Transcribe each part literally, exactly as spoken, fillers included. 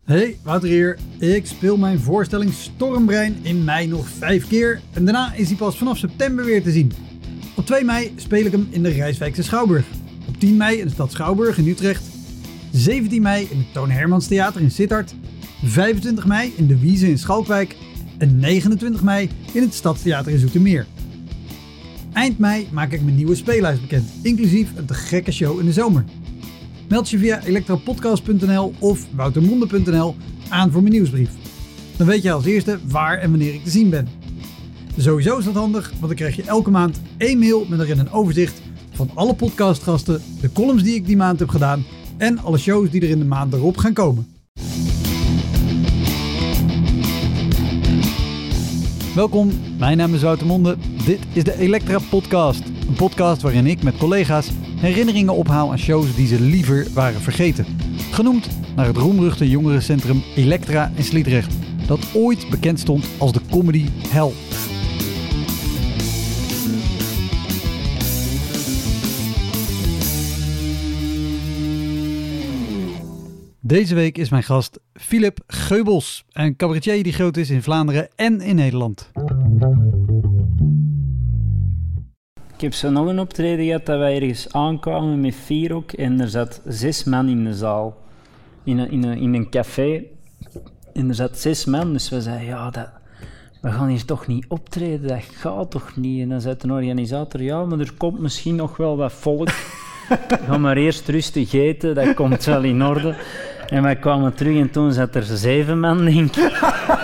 Hey, Wouter hier. Ik speel mijn voorstelling Stormbrein in mei nog vijf keer en daarna is hij pas vanaf september weer te zien. Op twee mei speel ik hem in de Rijswijkse Schouwburg. Op tien mei in de stad Schouwburg in Utrecht. zeventien mei in het Toon Hermans Theater in Sittard. vijfentwintig mei in de Wieze in Schalkwijk. En negenentwintig mei in het Stadstheater in Zoetermeer. Eind mei maak ik mijn nieuwe speellijst bekend, inclusief een te gekke show in de zomer. Meld je via elektropodcast punt n l of woutermonde punt n l aan voor mijn nieuwsbrief. Dan weet je als eerste waar en wanneer ik te zien ben. Sowieso is dat handig, want dan krijg je elke maand één mail met erin een overzicht van alle podcastgasten, de columns die ik die maand heb gedaan en alle shows die er in de maand erop gaan komen. Welkom, mijn naam is Wouter Monde. Dit is de Elektra Podcast. Een podcast waarin ik met collega's herinneringen ophaal aan shows die ze liever waren vergeten. Genoemd naar het roemruchte jongerencentrum Elektra in Sliedrecht, dat ooit bekend stond als de comedy hell. Deze week is mijn gast Philip Geubels, een cabaretier die groot is in Vlaanderen en in Nederland. Ik heb zo nog een optreden gehad dat wij ergens aankwamen met vier ook en er zat zes man in de zaal. In een, in een, in een café. En er zat zes man, dus we zeiden, ja, dat, we gaan hier toch niet optreden, dat gaat toch niet. En dan zei de organisator, ja, maar er komt misschien nog wel wat volk. Ga maar eerst rustig eten, dat komt wel in orde. En wij kwamen terug en toen zat er zeven man, denk ik.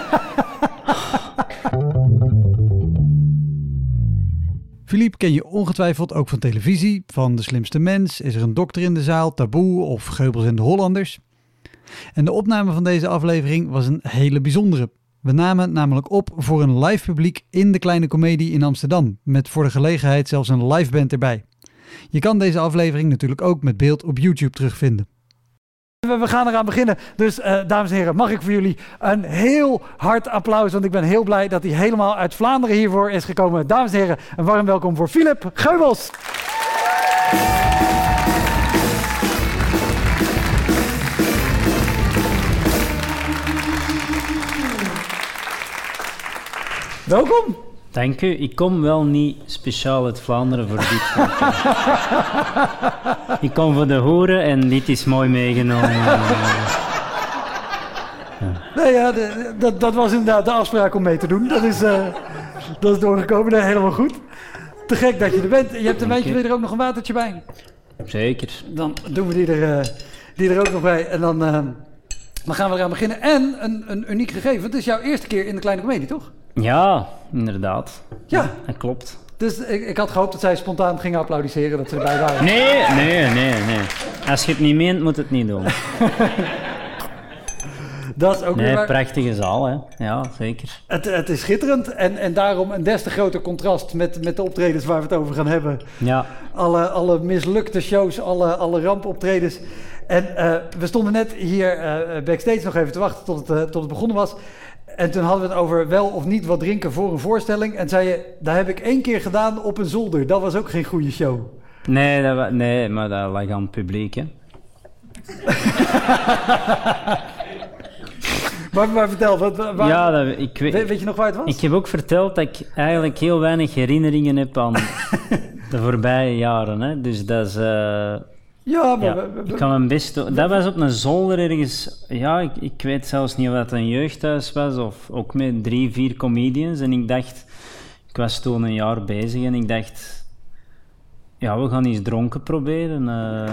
Philippe ken je ongetwijfeld ook van televisie, van De Slimste Mens, Is er een dokter in de zaal, Taboe of Geubels en de Hollanders. En de opname van deze aflevering was een hele bijzondere. We namen namelijk op voor een live publiek in de Kleine Comedie in Amsterdam, met voor de gelegenheid zelfs een live band erbij. Je kan deze aflevering natuurlijk ook met beeld op YouTube terugvinden. We gaan eraan beginnen, dus uh, dames en heren, mag ik voor jullie een heel hard applaus, want ik ben heel blij dat hij helemaal uit Vlaanderen hiervoor is gekomen. Dames en heren, een warm welkom voor Philip Geubels. Welkom. Dank u. Ik kom wel niet speciaal uit Vlaanderen voor dit. Ik kom voor de hoeren en dit is mooi meegenomen. Ja. Nee, ja, de, dat, dat was inderdaad de afspraak om mee te doen. Dat is, uh, dat is doorgekomen, nee, helemaal goed. Te gek dat je er bent. Je hebt een wijntje, wil je er ook nog een watertje bij? Zeker. Dan doen we die er, uh, die er ook nog bij en dan, uh, dan gaan we eraan beginnen. En een, een uniek gegeven, het is jouw eerste keer in de Kleine Comedie, toch? Ja, inderdaad. Ja. Dat klopt. Dus ik, ik had gehoopt dat zij spontaan gingen applaudisseren dat ze erbij waren. Nee, nee, nee, nee. Als je het niet meent, moet het niet doen. Dat is ook nee, weer waar. Prachtige zaal, hè. Ja, zeker. Het, het is schitterend en, en daarom een des te groter contrast met, met de optredens waar we het over gaan hebben. Ja. Alle, alle mislukte shows, alle, alle rampoptredens. En uh, we stonden net hier uh, backstage nog even te wachten tot het, uh, tot het begonnen was. En toen hadden we het over wel of niet wat drinken voor een voorstelling. En zei je, dat heb ik één keer gedaan op een zolder. Dat was ook geen goede show. Nee, dat wa- nee maar dat lag aan het publiek, hè. maar, maar vertel, wat, waar, ja, dat, ik weet, weet, weet je nog waar het was? Ik heb ook verteld dat ik eigenlijk heel weinig herinneringen heb aan de voorbije jaren, hè. Dus dat is... Uh, Ja, maar... Ja, we, we, ik kan mijn best doen. Dat was op een zolder ergens... Ja, ik, ik weet zelfs niet of dat een jeugdhuis was of ook met drie, vier comedians. En ik dacht... Ik was toen een jaar bezig en ik dacht... Ja, we gaan eens dronken proberen. Uh,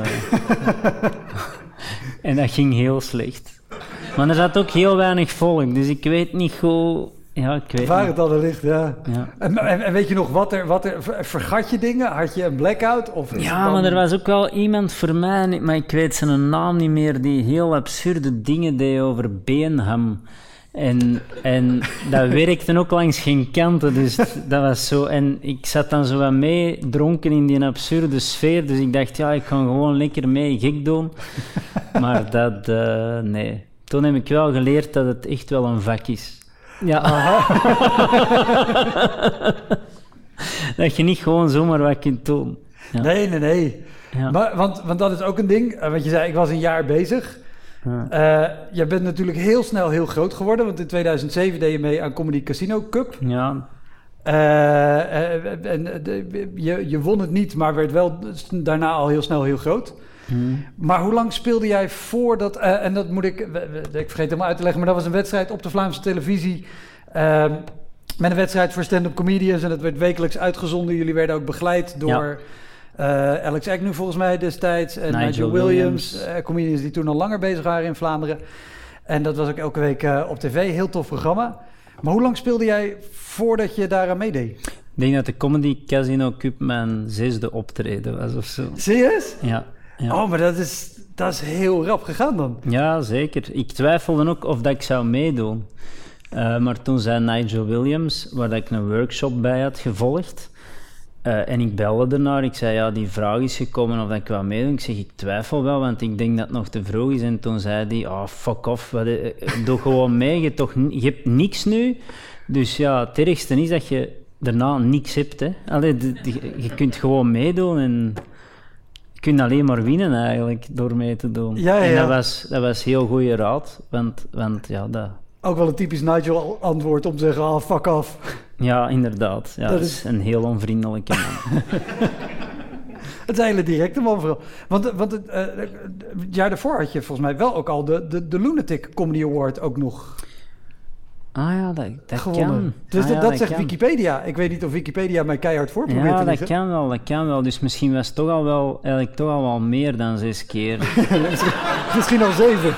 en dat ging heel slecht. Maar er zat ook heel weinig volk, dus ik weet niet goed... Ja, ik weet waar niet. het al ligt, ja. ja. En, en, en weet je nog, wat er, wat er... Vergat je dingen? Had je een blackout? Of ja, dan... maar er was ook wel iemand voor mij, maar ik weet zijn naam niet meer, die heel absurde dingen deed over beenham. En, en dat werkte ook langs geen kanten, dus dat was zo... En ik zat dan zo wat mee, dronken in die absurde sfeer, dus ik dacht, ja, ik kan gewoon lekker mee gek doen. Maar dat... Uh, nee. Toen heb ik wel geleerd dat het echt wel een vak is. Ja. Dat je niet gewoon zomaar wat kunt doen. Ja. Nee, nee, nee. Ja. Maar, want, want dat is ook een ding. Want je zei, ik was een jaar bezig. Ja. Uh, jij bent natuurlijk heel snel heel groot geworden, want in tweeduizend zeven deed je mee aan Comedy Casino Cup. Ja. Uh, uh, en uh, je, je won het niet, maar werd wel daarna al heel snel heel groot. Hmm. Maar hoe lang speelde jij voordat... Uh, en dat moet ik... Ik vergeet helemaal uit te leggen, maar dat was een wedstrijd op de Vlaamse televisie... Uh, met een wedstrijd voor stand-up comedians. En dat werd wekelijks uitgezonden. Jullie werden ook begeleid door ja. uh, Alex Agnew volgens mij destijds. En Nigel, Nigel Williams. Williams uh, comedians die toen al langer bezig waren in Vlaanderen. En dat was ook elke week uh, op tv. Heel tof programma. Maar hoe lang speelde jij voordat je daaraan meedeed? Ik denk dat de Comedy Casino Cup mijn zesde optreden was of zo. Serieus? Ja. ja. Oh, maar dat is, dat is heel rap gegaan dan. Ja, zeker. Ik twijfelde ook of dat ik zou meedoen. Uh, maar toen zei Nigel Williams, waar ik een workshop bij had gevolgd, uh, en ik belde ernaar, ik zei, ja, die vraag is gekomen of dat ik wou meedoen. Ik zeg, ik twijfel wel, want ik denk dat het nog te vroeg is. En toen zei hij, oh, fuck off, wat, uh, doe gewoon mee, je, toch, je hebt niks nu. Dus ja, het ergste is dat je daarna niks hebt. Hè. Allee, de, de, je kunt gewoon meedoen en je kunt alleen maar winnen eigenlijk, door mee te doen. Ja, ja, ja. En dat was, dat was heel goede raad, want, want ja, dat... Ook wel een typisch Nigel antwoord om te zeggen, ah, oh, fuck off. Ja, inderdaad. Ja, dat, dat is... is een heel onvriendelijke man. Het is een hele directe man vooral. Want, want het, uh, het jaar daarvoor had je volgens mij wel ook al de, de, de Lunatic Comedy Award ook nog Ah ja, dat, dat gewonnen. Kan. Dus ah, dat, ja, dat, dat zegt kan. Wikipedia. Ik weet niet of Wikipedia mij keihard voor probeert ja, te liggen. Ja, dat kan wel, dat kan wel. Dus misschien was het toch al wel, eigenlijk toch al wel meer dan zes keer. misschien, misschien al zeven.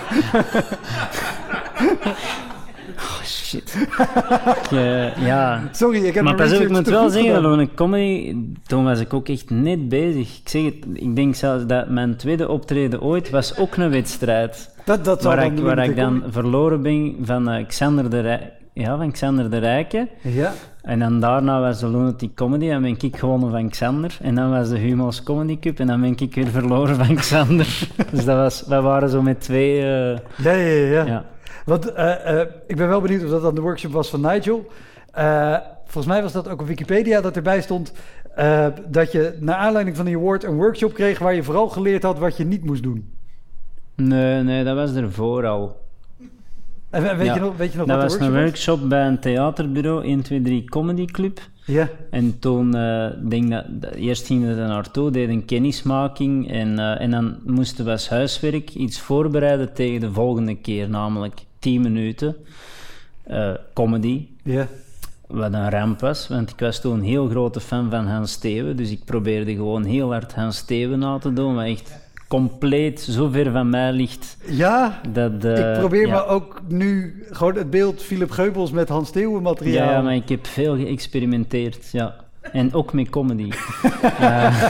Oh, shit. uh, ja. Sorry, ik heb maar mijn pas op, ik moet wel zeggen, gedaan. dat een comedy, toen was ik ook echt net bezig. Ik zeg het, ik denk zelfs dat mijn tweede optreden ooit was ook een wedstrijd. Dat, dat waar dan ik, waar ik dan verloren ben van uh, Xander de Rij, ja, van Xander de Rijke. Ja. En dan daarna was de Lunatic Comedy en ben ik gewonnen van Xander. En dan was de Humo's Comedy Cup en dan ben ik weer verloren van Xander. Dus dat was, wij waren zo met twee... Uh, ja, ja, ja. ja. Want uh, uh, ik ben wel benieuwd of dat dan de workshop was van Nigel. Uh, volgens mij was dat ook op Wikipedia dat erbij stond... Uh, dat je naar aanleiding van die award een workshop kreeg... waar je vooral geleerd had wat je niet moest doen. Nee, nee, dat was ervoor al. En weet, ja, je nog, weet je nog dat wat de was workshop een workshop was? Bij een theaterbureau, één twee drie Comedy Club. Ja. En toen, uh, denk dat, dat, eerst gingen we er naartoe, deden een kennismaking en, uh, en dan moesten we als huiswerk iets voorbereiden tegen de volgende keer, namelijk tien minuten uh, comedy. Ja. Wat een ramp was, want ik was toen een heel grote fan van Hans Steeuwen, dus ik probeerde gewoon heel hard Hans Steeuwen na te doen, maar echt compleet zo ver van mij ligt. Ja, dat, uh, ik probeer ja. me ook nu gewoon het beeld Philip Geubels met Hans Steeuwen materiaal. Ja, maar ik heb veel geëxperimenteerd, ja. En ook met comedy. uh,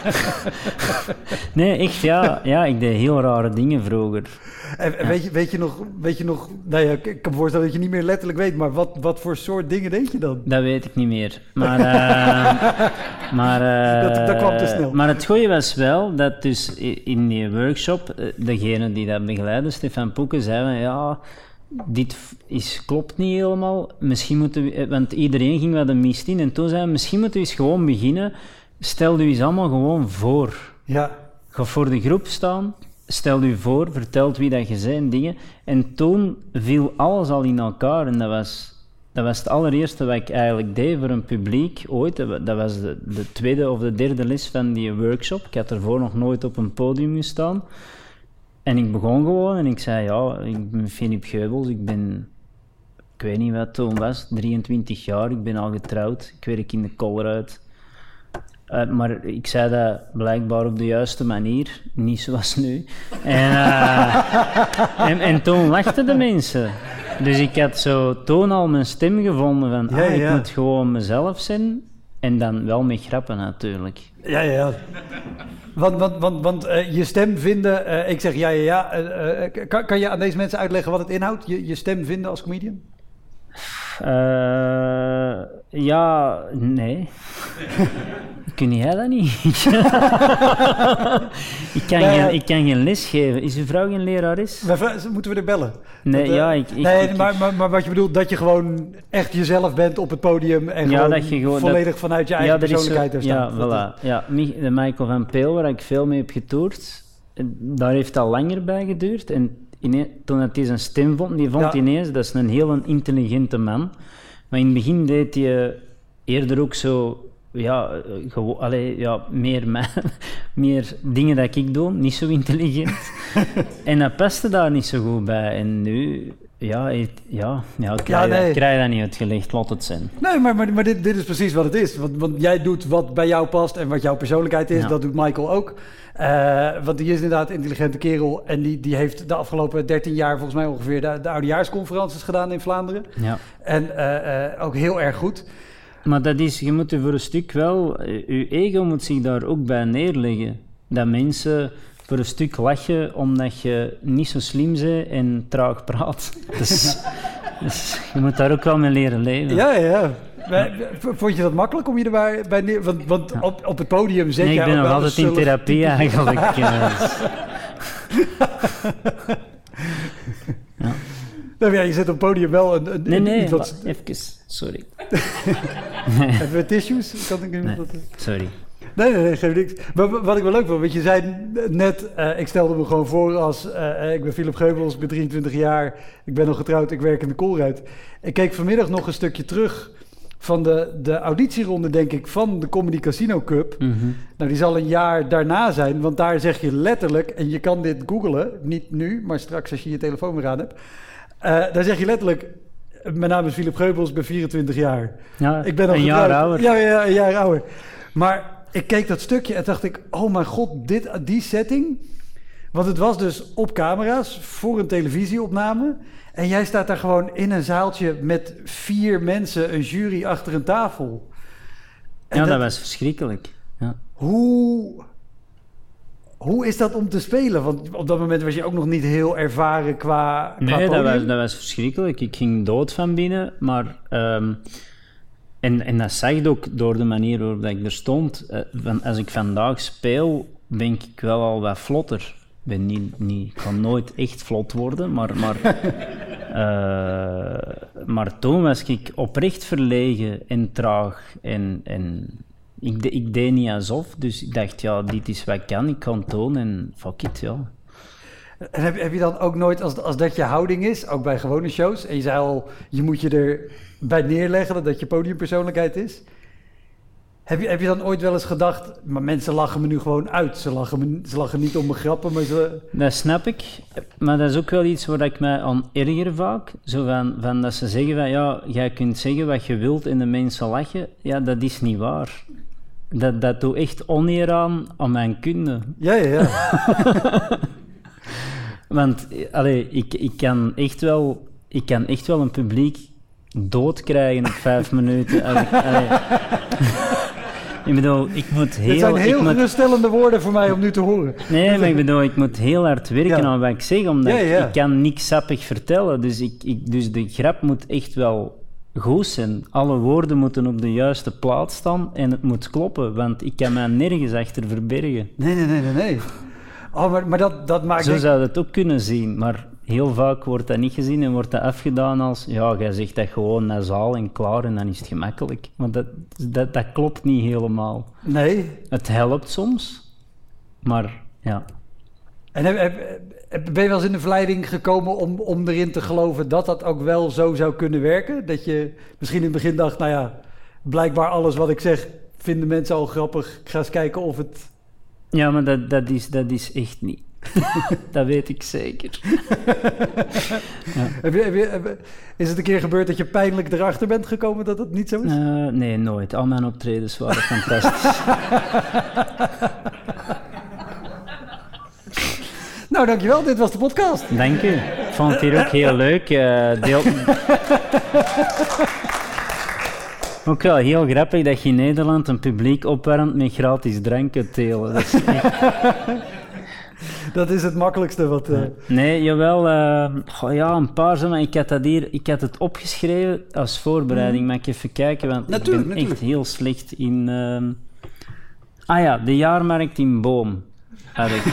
nee, echt, ja, ja. Ik deed heel rare dingen vroeger. En, ja. weet, je, weet je nog, weet je nog, nou ja, ik kan me voorstellen dat je niet meer letterlijk weet, maar wat, wat voor soort dingen deed je dan? Dat weet ik niet meer. Maar, uh, maar, uh, dat, dat kwam te snel. Maar het goeie was wel dat dus in die workshop, degene die dat begeleidde, Stefan Poeken, zei van, ja, dit is, klopt niet helemaal. Misschien moeten we, want iedereen ging wat een mist in. En toen zei hij, misschien moeten we eens gewoon beginnen. Stel u eens allemaal gewoon voor. Ja. Ga voor de groep staan. Stel u voor, vertelt wie dat je bent en dingen. En toen viel alles al in elkaar. En dat was, dat was het allereerste wat ik eigenlijk deed voor een publiek ooit. Dat was de, de tweede of de derde les van die workshop. Ik had ervoor nog nooit op een podium gestaan. En ik begon gewoon en ik zei, ja, ik ben Philip Geubels, ik ben, ik weet niet wat toen was, drieëntwintig jaar, ik ben al getrouwd, ik werk in de Colruyt. Uh, maar ik zei dat blijkbaar op de juiste manier, niet zoals nu. En, uh, en, en toen lachten de mensen. Dus ik had zo toen al mijn stem gevonden van, ja, ah, ik ja. moet gewoon mezelf zijn. En dan wel met grappen natuurlijk. Ja, ja, ja. Want, want, want, want uh, je stem vinden, uh, ik zeg ja, ja, ja. Uh, uh, kan, kan je aan deze mensen uitleggen wat het inhoudt, je, je stem vinden als comedian? Uh, ja, nee. Kun jij dat niet? ik, kan nee, geen, ik kan geen les geven. Is uw vrouw geen lerares? Moeten we er bellen? Nee, dat, uh, ja, ik... ik nee, ik, maar, maar, maar wat je bedoelt, dat je gewoon echt jezelf bent op het podium en ja, gewoon, dat je gewoon volledig dat, vanuit je eigen ja, persoonlijkheid er staat. Ja, voilà. Ja, de Michael van Peel, waar ik veel mee heb getoerd, daar heeft al langer bij geduurd. En ine- toen hij zijn stem vond, die vond Ja. ineens, dat is een heel intelligente man. Maar in het begin deed hij eerder ook zo, ja, eh, gewo- allee, ja meer, mij, meer dingen dat ik doe, niet zo intelligent. En dat paste daar niet zo goed bij. En nu, ja, heeft- ja, ja ik krijg, Ja, nee. dat, ik krijg dat niet uitgelegd, laat het zijn. Nee, maar, maar, maar dit, dit is precies wat het is. Want, want jij doet wat bij jou past en wat jouw persoonlijkheid is. Ja. Dat doet Michael ook. Uh, want die is inderdaad een intelligente kerel. En die, die heeft de afgelopen dertien jaar volgens mij ongeveer de, de oudejaarsconferences gedaan in Vlaanderen. Ja. En uh, uh, ook heel erg goed. Maar dat is, je moet er voor een stuk wel, je ego moet zich daar ook bij neerleggen. Dat mensen voor een stuk lachen omdat je niet zo slim bent en traag praat. Dus, dus je moet daar ook wel mee leren leven. Ja, ja, ja. Maar, vond je dat makkelijk om je erbij bij neer... Want, want Ja. op, op het podium zeg Nee, jij ik ben ook nog wel altijd in zullen- therapie eigenlijk. eh, dus- ja. Nou, ja, je zet op het podium wel een... een Nee, nee, iets wat... wa- even, sorry. Hebben we tissues? Kan ik Nee, iemand dat... sorry. Nee, nee, nee, geef niks. Maar w- wat ik wel leuk vond, want je zei net, uh, ik stelde me gewoon voor als, uh, ik ben Philip Geubels, ik ben drieëntwintig jaar, ik ben nog getrouwd, ik werk in de Colruyt. Ik keek vanmiddag nog een stukje terug van de, de auditieronde, denk ik, van de Comedy Casino Cup. Mhm. Nou, die zal een jaar daarna zijn, want daar zeg je letterlijk, en je kan dit googlen, niet nu, maar straks als je je telefoon weer aan hebt. Uh, daar zeg je letterlijk, mijn naam is Philip Geubels, ik ben vierentwintig jaar. Ja, Ik ben nog een getrouwd. jaar ouder. Ja, ja, een jaar ouder. Maar ik keek dat stukje en dacht ik, oh mijn god, dit, die setting. Want het was dus op camera's voor een televisieopname. En jij staat daar gewoon in een zaaltje met vier mensen, een jury achter een tafel. En Ja, dat dat- was verschrikkelijk. Ja. Hoe, hoe is dat om te spelen? Want op dat moment was je ook nog niet heel ervaren qua, qua Nee, dat podium. was, dat was verschrikkelijk. Ik ging dood van binnen, maar... ehm, en, en dat zag je ook door de manier waarop dat ik er stond. Eh, van, als ik vandaag speel, denk ik wel al wat vlotter. Ik ben niet, niet, ik kan nooit echt vlot worden, maar... maar eh, maar toen was ik oprecht verlegen en traag. En, en ik, de- ik deed niet alsof, dus ik dacht, ja, dit is wat ik kan, ik kan het doen en fuck it, ja. En heb, heb je dan ook nooit, als, als dat je houding is, ook bij gewone shows, en je zei al, je moet je erbij neerleggen dat dat je podiumpersoonlijkheid is. Heb je, heb je dan ooit wel eens gedacht, maar mensen lachen me nu gewoon uit. Ze lachen, me, ze lachen niet om mijn grappen, maar ze... Dat snap ik, maar dat is ook wel iets waar ik mij aan erger vaak. Zo van, van dat ze zeggen van, ja, jij kunt zeggen wat je wilt en de mensen lachen. Ja, dat is niet waar. Dat, dat doet echt oneer aan aan mijn kunde. Ja, ja, ja. Want, eh, allee, ik, ik, kan echt wel, ik kan echt wel een publiek doodkrijgen op vijf minuten. Als ik, allee. Ik bedoel, ik moet heel... Dit zijn heel ik moet, geruststellende woorden voor mij om nu te horen. Nee, maar ik bedoel, ik moet heel hard werken Ja. aan wat ik zeg, omdat Ja, ja. Ik, ik kan niks sappig vertellen. Dus, ik, ik, dus de grap moet echt wel goed zijn. Alle woorden moeten op de juiste plaats staan en het moet kloppen, want ik kan mij nergens achter verbergen. Nee, nee, nee, nee, nee. Oh, maar, maar dat, dat maakt... Zo denk- zou je het ook kunnen zien, maar heel vaak wordt dat niet gezien en wordt dat afgedaan als ja, jij zegt dat gewoon nasaal en klaar en dan is het gemakkelijk. Maar dat, dat, dat klopt niet helemaal. Nee. Het helpt soms, maar ja. En heb, heb, heb- ben je wel eens in de verleiding gekomen om, om erin te geloven dat dat ook wel zo zou kunnen werken? Dat je misschien in het begin dacht, nou ja, blijkbaar alles wat ik zeg vinden mensen al grappig. Ik ga eens kijken of het... Ja, maar dat, dat, is, dat is echt niet. Dat weet ik zeker. Heb je, heb je, heb- is het een keer gebeurd dat je pijnlijk erachter bent gekomen dat het niet zo is? Eh, nee, nooit. Al mijn optredens waren fantastisch. Nou, dankjewel. Dit was de podcast. Dank u. Ik vond het hier ook heel leuk. eh deel... Ook wel heel grappig dat je in Nederland een publiek opwarmt met gratis dranken telen. Dat is echt... Dat is het makkelijkste wat... eh, Nee, jawel. eh, goh, ja, een paar zo, maar ik had dat hier... Ik had het opgeschreven als voorbereiding, maar ik even kijken, want Natuurlijk, ik ben natuurlijk. echt heel slecht in... ehm, Ah ja, de jaarmarkt in Boom had ik.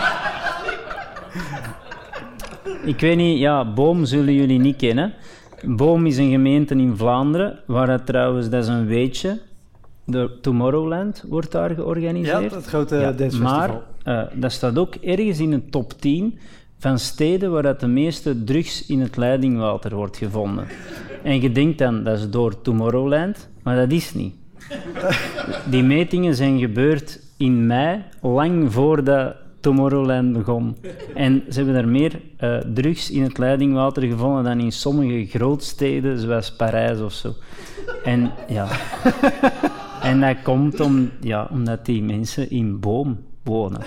Ik weet niet, ja, Boom zullen jullie niet kennen. Boom is een gemeente in Vlaanderen, waar dat trouwens, dat is een weetje, de Tomorrowland wordt daar ja, georganiseerd. het grote Ja, dancefestival. maar uh, dat staat ook ergens in de top tien van steden waar dat de meeste drugs in het leidingwater wordt gevonden. En je denkt dan, dat is door Tomorrowland, maar dat is niet. Die metingen zijn gebeurd in mei, lang voordat Tomorrowland begon. En ze hebben er meer uh, drugs in het leidingwater gevonden dan in sommige grootsteden, zoals Parijs of zo. En ja... En dat komt om, ja, omdat die mensen in Boom wonen.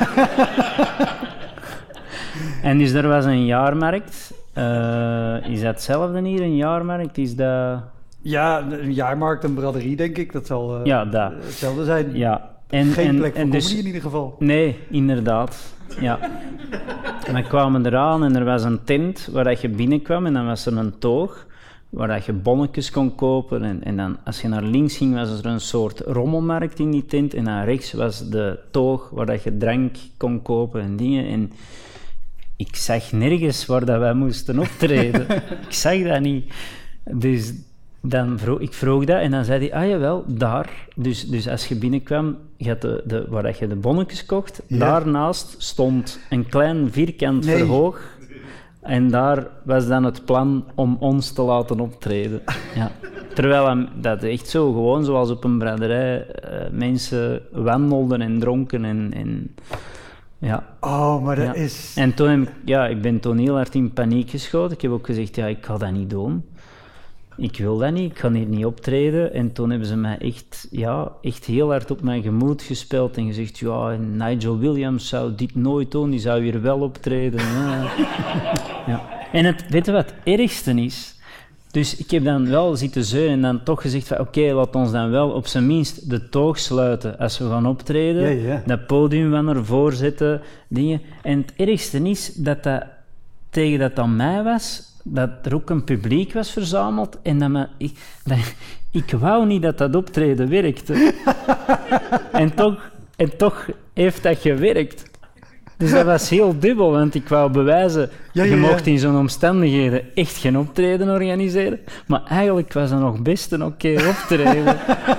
En dus er was een jaarmarkt. Uh, is dat hetzelfde hier, een jaarmarkt? Is dat... Ja, een jaarmarkt, een braderie, denk ik. Dat zal uh, ja, dat. hetzelfde zijn. Ja. En, Geen en, plek voor en comedy dus, in ieder geval. Nee, inderdaad. Ja. En we kwamen eraan en er was een tent waar dat je binnenkwam en dan was er een toog waar dat je bonnetjes kon kopen. En, en dan, als je naar links ging, was er een soort rommelmarkt in die tent. En naar rechts was de toog waar dat je drank kon kopen en dingen. En ik zag nergens waar dat wij moesten optreden. Ik zag dat niet. Dus dan vroeg, ik vroeg dat en dan zei hij, ah jawel, daar. Dus, dus als je binnenkwam, je had de, de, waar dat je de bonnetjes kocht, ja. Daarnaast stond een klein vierkant nee. verhoog. En daar was dan het plan om ons te laten optreden. Ja. Terwijl dat echt zo, gewoon zoals op een braderij, uh, mensen wandelden en dronken en... en ja. Oh, maar dat ja. is... En toen heb ik, ja, ik ben toen heel hard in paniek geschoten. Ik heb ook gezegd, ja, ik ga dat niet doen. Ik wil dat niet, ik ga hier niet optreden. En toen hebben ze mij echt, ja, echt heel hard op mijn gemoed gespeeld en gezegd, ja, Nigel Williams zou dit nooit doen, die zou hier wel optreden. Ja. Ja. En het, weet je wat het ergste is? Dus ik heb dan wel zitten zeuren en dan toch gezegd van oké, okay, laat ons dan wel op zijn minst de toog sluiten als we gaan optreden. Ja, ja. Dat podium van ervoor zetten, dingen. En het ergste is dat dat tegen dat aan mij was, dat er ook een publiek was verzameld en dat, me, ik, dat ik wou niet dat dat optreden werkte. en, toch, en toch heeft dat gewerkt. Dus dat was heel dubbel, want ik wou bewijzen, ja, ja, ja. Je mocht in zo'n omstandigheden echt geen optreden organiseren, maar eigenlijk was dat nog best een oké okay optreden.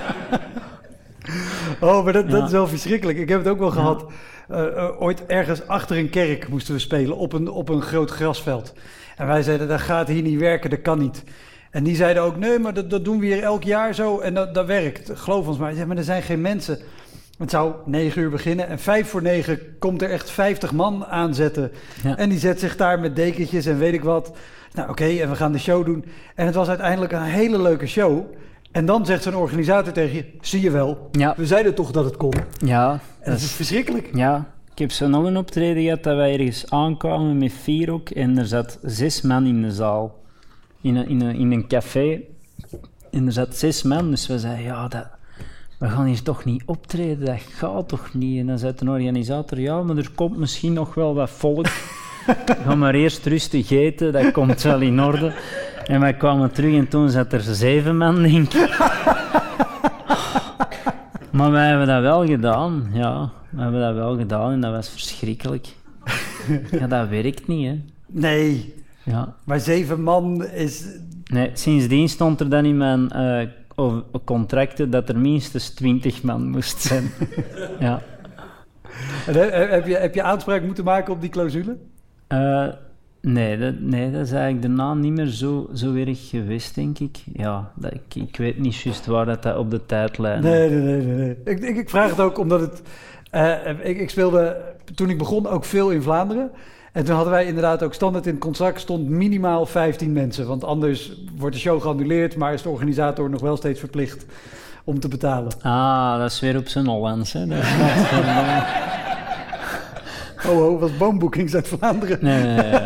Oh, maar dat, ja. dat is wel verschrikkelijk. Ik heb het ook wel ja. gehad. Uh, uh, ooit ergens achter een kerk moesten we spelen, op een, op een groot grasveld. En wij zeiden, dat gaat hier niet werken, dat kan niet. En die zeiden ook, nee, maar dat, dat doen we hier elk jaar zo en dat, dat werkt. Geloof ons maar. Ik zeg, maar er zijn geen mensen. Het zou negen uur beginnen en vijf voor negen komt er echt vijftig man aanzetten. Ja. En die zet zich daar met dekentjes en weet ik wat. Nou oké, okay, en we gaan de show doen. En het was uiteindelijk een hele leuke show. En dan zegt zo'n organisator tegen je, zie je wel, ja. we zeiden toch dat het kon. Ja. En dat is verschrikkelijk. Ja, ik heb zo nog een optreden gehad dat wij ergens aankwamen met vier ook. En er zat zes man in de zaal. In een, in een, in een café. En er zat zes man, dus we zeiden, ja, dat... we gaan hier toch niet optreden, dat gaat toch niet? En dan zei de organisator, ja, maar er komt misschien nog wel wat volk. Ga maar eerst rustig eten, dat komt wel in orde. En wij kwamen terug en toen zat er zeven man, denk ik. Maar wij hebben dat wel gedaan, ja. We hebben dat wel gedaan en dat was verschrikkelijk. Ja, dat werkt niet, hè. Nee, ja. Maar zeven man is... Nee, sindsdien stond er dan in mijn... Uh, Of contracten dat er minstens twintig man moest zijn. Ja. En heb, je, heb je aanspraak moeten maken op die clausule? Uh, nee, dat, nee, dat is eigenlijk daarna niet meer zo, zo erg geweest, denk ik. Ja, dat, ik, ik weet niet juist waar dat, dat op de tijdlijn... Nee, nee, nee. nee, nee. Ik, ik, ik vraag het ook omdat het... Uh, ik, ik speelde, toen ik begon, ook veel in Vlaanderen. En toen hadden wij inderdaad ook standaard in het contract stond minimaal vijftien mensen. Want anders wordt de show geannuleerd, maar is de organisator nog wel steeds verplicht om te betalen. Ah, dat is weer op zijn Hollands, hè. Dat is oh, oh, wat boomboekings uit Vlaanderen. Nee, nee, nee.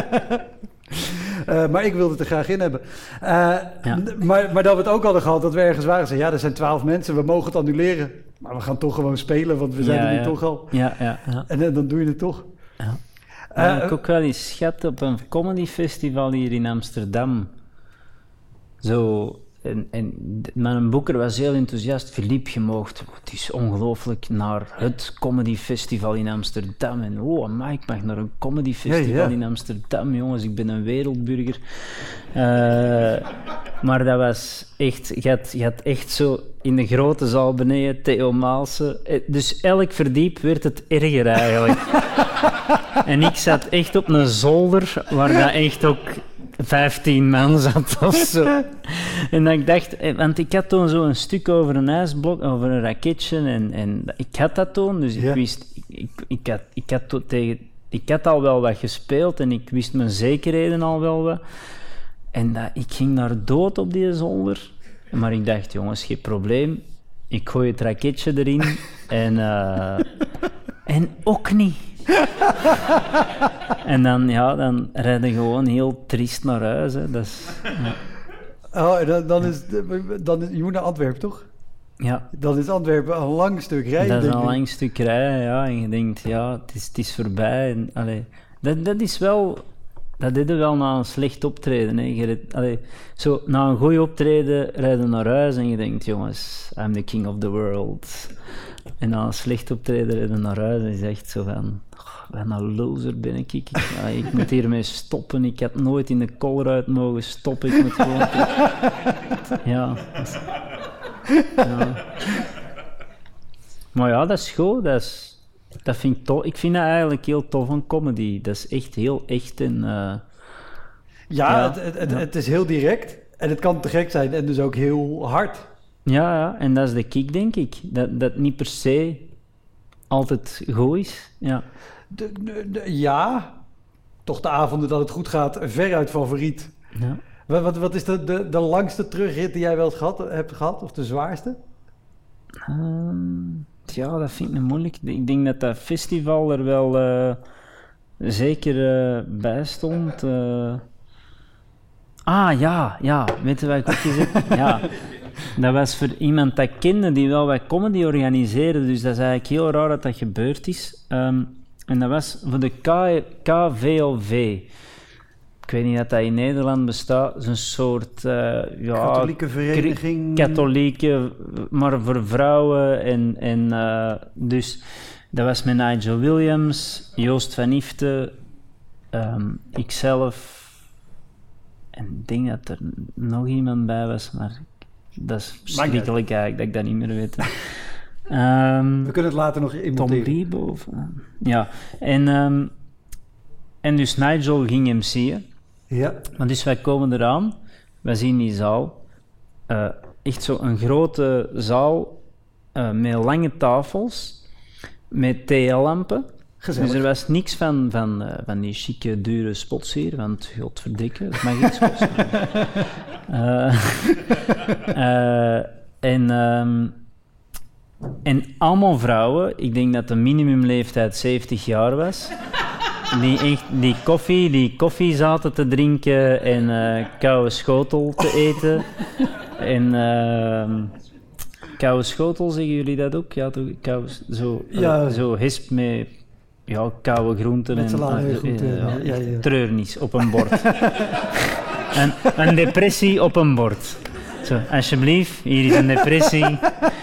uh, maar ik wilde het er graag in hebben. Uh, ja. maar, maar dat we het ook hadden gehad, dat we ergens waren. Zeiden, ja, er zijn twaalf mensen, we mogen het annuleren. Maar we gaan toch gewoon spelen, want we zijn ja, er nu ja. toch al. Ja, ja, ja. En, en dan doe je het toch. Ja. Uh, uh, ik ook wel eens schat op een comedyfestival hier in Amsterdam. Zo, en, en mijn boeker was heel enthousiast. Philippe, je moogt, het is ongelooflijk, naar het comedyfestival in Amsterdam. En oh, amai, ik mag naar een comedyfestival ja, ja. in Amsterdam, jongens, ik ben een wereldburger. Uh, Maar dat was echt... Je had, je had echt zo in de grote zaal beneden, Theo Maalsen. Dus elk verdiep werd het erger eigenlijk. En ik zat echt op een zolder, waar dat echt ook vijftien man zat of zo. En dat ik dacht... Want ik had toen zo een stuk over een ijsblok, over een raketje. En, en ik had dat toen, dus ik Ja. wist... Ik, ik, had, ik, had to- tegen, ik had al wel wat gespeeld en ik wist mijn zekerheden al wel wat. En dat, ik ging daar dood op die zolder. Maar ik dacht, jongens, geen probleem. Ik gooi het raketje erin. en, uh, en ook niet. En dan, ja, dan rijden gewoon heel triest naar huis. Hè. Dat is, ja. Oh, en dan, dan, is, dan is... Je moet naar Antwerpen, toch? Ja, Dan is Antwerpen een lang stuk rijden, dat is denk een ik. lang stuk rijden, ja. En je denkt, ja, het is, het is voorbij. En, allee, dat, dat is wel... Dat deed je wel na een slecht optreden. Hè. Je rijdt- allee, zo, na een goed optreden rijden naar huis en je denkt, jongens, I'm the king of the world. En na een slecht optreden rijden naar huis en je zegt zo van... Oh, wat een loser ben ik. Ik, allee, ik moet hiermee stoppen. Ik had nooit in de koolruit mogen stoppen. Ik moet gewoon... Ja. Dat is- ja. Maar ja, dat is goed. Dat, is, dat vind ik tof. Ik vind dat eigenlijk heel tof aan comedy. Dat is echt heel echt en... Uh, Ja, Ja, het, het, het, ja. het is heel direct. En het kan te gek zijn en dus ook heel hard. ja, ja, en dat is de kick, denk ik. Dat dat niet per se altijd goed is. Ja. De, de- de- ja, toch de avonden dat het goed gaat, veruit favoriet. Ja. Wat, wat, wat is de, de, de langste terugrit die jij wel eens gehad, hebt gehad? Of de zwaarste? Ehm, ja, dat vind ik niet moeilijk. Ik denk dat dat festival er wel eh, zeker eh, bij stond. eh. Ah, ja, ja. Weet je wat ik ook gezegd heb? Ja. Dat was voor iemand dat ik kende die wel wat comedy organiseerde. Dus dat is eigenlijk heel raar dat dat gebeurd is. Ehm, en dat was voor de K- K V L V. Ik weet niet dat dat in Nederland bestaat. Het is een soort... eh, ja, Katholieke vereniging. katholieke, maar voor vrouwen. En, en, eh, dus dat was met Nigel Williams, Joost van Ifte, ehm, ikzelf. En ik denk dat er nog iemand bij was, maar dat is verschrikkelijk eigenlijk dat ik dat niet meer weet. Ehm, We kunnen het later nog Tom imiteren. Riebo. Of, eh, ja, en, ehm, en dus Nigel ging M C'en. Ja. Maar dus wij komen eraan, wij zien die zaal, eh, echt zo een grote zaal eh, met lange tafels, met T L-lampen. Gezellig. Dus er was niks van, van, eh, van die chique, dure spots hier, want godverdikke, dat mag iets kosten. Eh, eh, en, ehm, en allemaal vrouwen, ik denk dat de minimumleeftijd zeventig jaar was, die, echt, die, koffie, die koffie zaten te drinken en eh koude schotel te eten. En ehm koude schotel, zeggen jullie dat ook? Ja, toch, koude, zo, eh, Ja. zo hisp met ja, koude groenten. Met en salade, ah, groenten, eh, ja, ja, ja. treurnis op een bord. een, een depressie op een bord. Zo, alsjeblieft, hier is een depressie.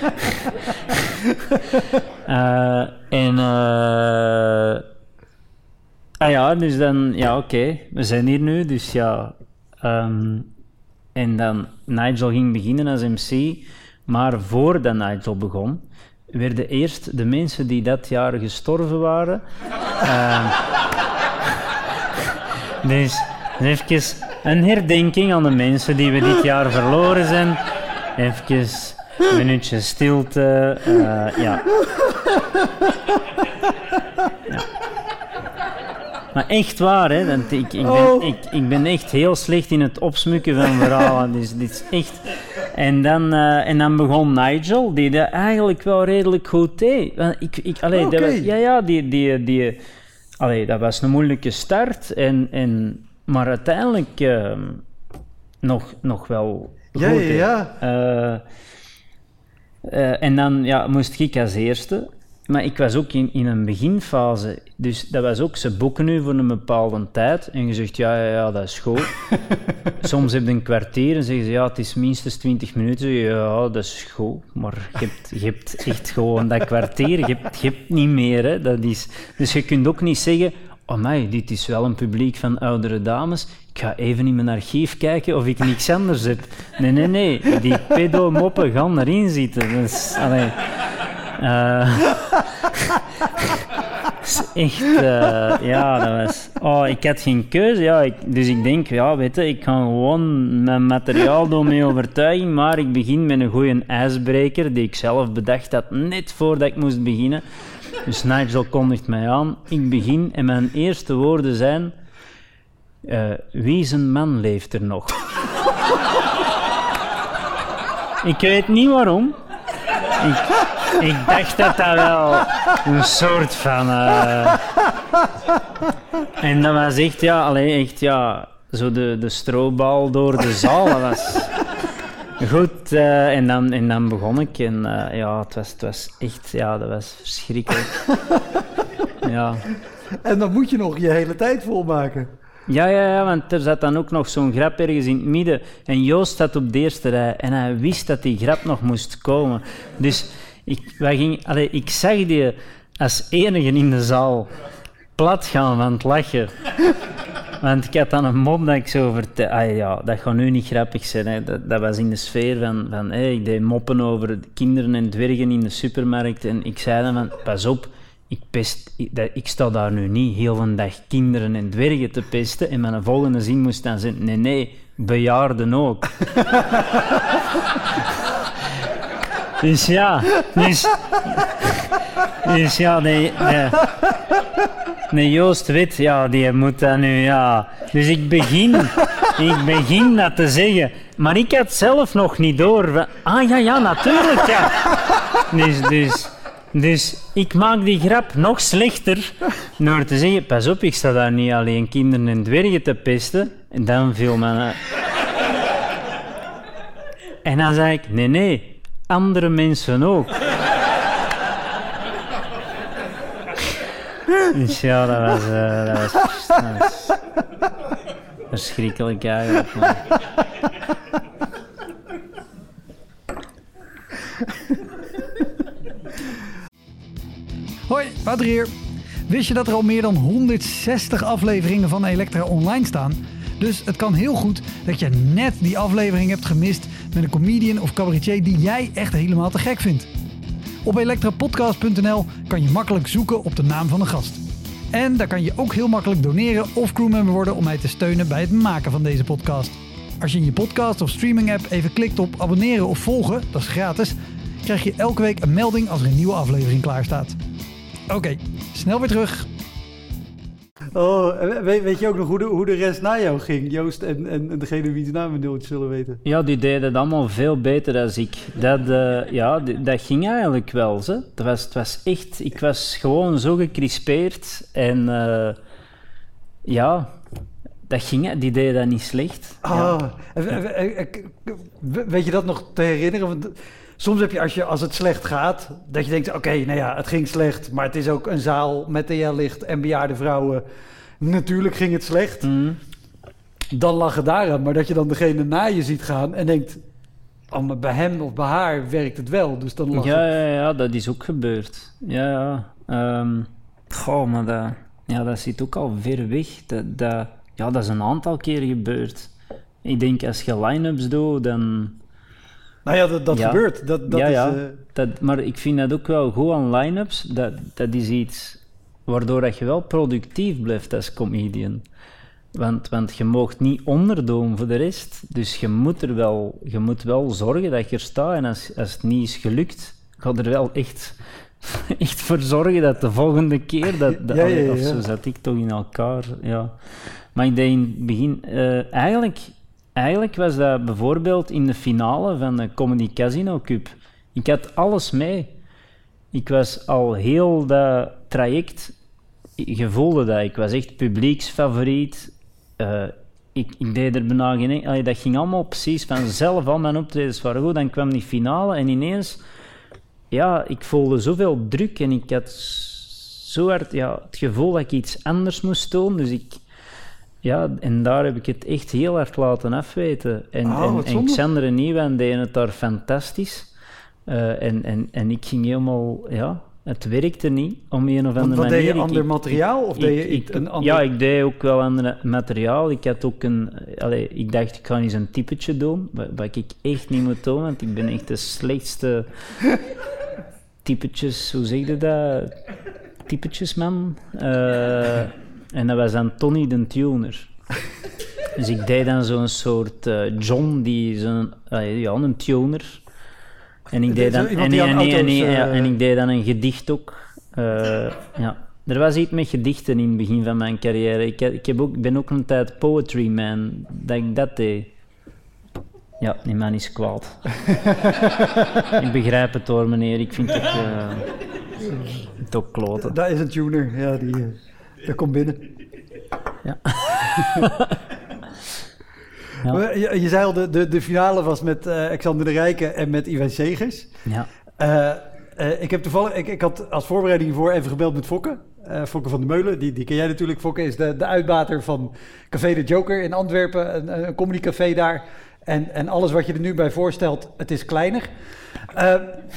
Eh, en... eh ah ja, dus dan... Ja, oké, we zijn hier nu, dus ja... ehm, en dan... Nigel ging beginnen als M C, maar voordat Nigel begon, werden eerst de mensen die dat jaar gestorven waren... ehm, dus even een herdenking aan de mensen die we dit jaar verloren zijn. Even een minuutje stilte. Uh, ja. ja. Maar echt waar, hè. Want ik, ik, ben, Oh. ik, ik ben echt heel slecht in het opsmukken van verhalen. Dus dit is echt... En dan, uh, en dan begon Nigel, die dat eigenlijk wel redelijk goed deed. Want ik, ik, allee, Oké. dat was, ja, ja, die... die, die allee, dat was een moeilijke start. En, en, maar uiteindelijk uh, nog, nog wel goed. Ja, ja, hè. ja. Uh, uh, en dan ja, moest ik als eerste. Maar ik was ook in, in een beginfase. Dus dat was ook, ze boeken nu voor een bepaalde tijd. En je zegt, ja, ja, ja dat is goed. Soms heb je een kwartier en zeggen ze, ja, het is minstens twintig minuten. Ja, dat is goed. Maar je hebt, je hebt echt gewoon dat kwartier. Je hebt, je hebt niet meer, hè. Dat is, dus je kunt ook niet zeggen, amai, dit is wel een publiek van oudere dames. Ik ik ga even in mijn archief kijken of ik niks anders heb. Nee, nee, nee. Die pedomoppen gaan erin zitten. Dus, allee... Uh, echt, uh, ja, dat was... Oh, ik had geen keuze, ja. Ik, dus ik denk, ja, weet je, ik ga gewoon mijn materiaal doen met overtuiging, maar ik begin met een goede ijsbreker die ik zelf bedacht had, net voordat ik moest beginnen. Dus Nigel kondigt mij aan. Ik begin en mijn eerste woorden zijn... Uh, wie zijn man leeft er nog? Ik weet niet waarom. Ik, ik dacht dat dat wel een soort van... Uh... En dat was echt, ja, allee, echt, ja, zo de, de strobal door de zaal. Dat was goed. Uh, en, dan, en dan begon ik en uh, ja, het was, het was echt, ja, dat was verschrikkelijk. Ja. En dan moet je nog je hele tijd volmaken. Ja, ja, ja, want er zat dan ook nog zo'n grap ergens in het midden. En Joost zat op de eerste rij en hij wist dat die grap nog moest komen. Dus ik, wij ging, allee, ik zag die als enige in de zaal plat gaan van het lachen. Want ik had dan een mop dat ik zo vertelde. Ah ja, dat gaat nu niet grappig zijn. Hè. Dat, dat was in de sfeer van... van hey, ik deed moppen over kinderen en dwergen in de supermarkt. En ik zei dan van, pas op... Ik, pest, ik, ik sta daar nu niet heel een dag kinderen en dwergen te pesten. En mijn volgende zin moest dan zijn: nee, nee, bejaarden ook. Dus ja, dus, dus ja, nee, nee, nee, Joost weet, ja, die moet dat nu, ja. Dus ik begin, ik begin dat te zeggen. Maar ik had zelf nog niet door. Ah ja, ja, natuurlijk, ja. Dus, dus... Dus ik maak die grap nog slechter door te zeggen, pas op, ik sta daar niet alleen kinderen en dwergen te pesten. En dan viel men... En dan zei ik, nee, nee, andere mensen ook. Dus ja, dat was, uh, dat was, dat was verschrikkelijk eigenlijk. Maar... Hoi, Wouter hier. Wist je dat er al meer dan honderdzestig afleveringen van Elektra online staan? Dus het kan heel goed dat je net die aflevering hebt gemist met een comedian of cabaretier die jij echt helemaal te gek vindt. Op elektrapodcast punt n l kan je makkelijk zoeken op de naam van een gast. En daar kan je ook heel makkelijk doneren of crewmember worden om mij te steunen bij het maken van deze podcast. Als je in je podcast of streaming app even klikt op abonneren of volgen, dat is gratis, krijg je elke week een melding als er een nieuwe aflevering klaar staat. Oké, okay, snel weer terug. Oh, weet, weet je ook nog hoe de, hoe de rest na jou ging? Joost en, en, en degene wie de naam een deeltje zullen weten. Ja, die deden het allemaal veel beter dan ik. Dat, uh, ja, d- dat ging eigenlijk wel. Ze. Het, was, het was echt... Ik was gewoon zo gecrispeerd. En uh, ja, dat ging, die deden dat niet slecht. Ah, ja. Weet je dat nog te herinneren? Want soms heb je als, je, als het slecht gaat, dat je denkt, oké, okay, nou ja, het ging slecht, maar het is ook een zaal met T L-licht en bejaarde vrouwen. Natuurlijk ging het slecht. Mm. Dan lag het daaraan, maar dat je dan degene na je ziet gaan en denkt, oh, maar bij hem of bij haar werkt het wel, dus dan lag ja, het. Ja, ja, dat is ook gebeurd. Ja, ja. Um, goh, maar dat, ja, dat zit ook al ver weg. Dat, dat, ja, dat is een aantal keer gebeurd. Ik denk, als je line-ups doet, dan... Nou ja, dat, dat ja. gebeurt. Dat, dat ja, is, ja. Uh... Dat, maar ik vind dat ook wel goed aan line-ups. Dat, dat is iets waardoor dat je wel productief blijft als comedian. Want, want je mag niet onderdoen voor de rest. Dus je moet er wel, je moet wel zorgen dat je er staat. En als, als het niet is gelukt, ga er wel echt, echt voor zorgen dat de volgende keer... Dat, dat, ja, ja, ja. Of zo zat ik toch in elkaar. Ja. Maar ik denk in het begin... Uh, eigenlijk... Eigenlijk was dat bijvoorbeeld in de finale van de Comedy Casino Cup. Ik had alles mee. Ik was al heel dat traject... Je voelde dat. Ik was echt publieksfavoriet. Uh, ik, ik deed er bijna geen... Allee, dat ging allemaal precies vanzelf. Al mijn optredens waren goed. Dan kwam die finale en ineens... Ja, ik voelde zoveel druk en ik had zo hard ja, het gevoel dat ik iets anders moest doen. Dus ik... Ja, en daar heb ik het echt heel hard laten afweten. En, oh, en, en Xander en Nieuwen deden het daar fantastisch. Uh, en, en, en ik ging helemaal, ja... het werkte niet om een of andere Want, wat manier. deed je, Ik- ander ik- materiaal? Of ik- deed je ik- iets- een ander... Ja, ik deed ook wel ander materiaal. Ik had ook een... Allee, ik dacht, ik ga eens een typetje doen, wat, wat ik echt niet moet doen, want ik ben echt de slechtste typetjes, hoe zeg je dat? Typetjesman. Uh, en dat was dan Tony de Tuner. Dus ik deed dan zo'n soort uh, John, die zo'n... Uh, ja, een tuner. En ik deed dan, en, en, en, en, en, en ik deed dan een gedicht ook. Uh, ja. Er was iets met gedichten in het begin van mijn carrière. Ik, ik, heb ook, ik ben ook een tijd poetry man, dat ik dat deed. Ja, die man is kwaad. Ik begrijp het hoor, meneer. Ik vind het ook, uh, het ook kloten. Dat is een tuner, ja, die, uh, dat komt binnen. Ja. Ja. Je, je zei al, de, de, de finale was met uh, Alexander de Rijken en met Iwijn Segers. Ja. Uh, uh, ik heb toevallig, ik, ik had als voorbereiding hiervoor even gebeld met Fokke. Uh, Fokke van de Meulen, die, die ken jij natuurlijk. Fokke is de, de uitbater van Café de Joker in Antwerpen, een, een comedycafé daar. En, en alles wat je er nu bij voorstelt, het is kleiner. Uh,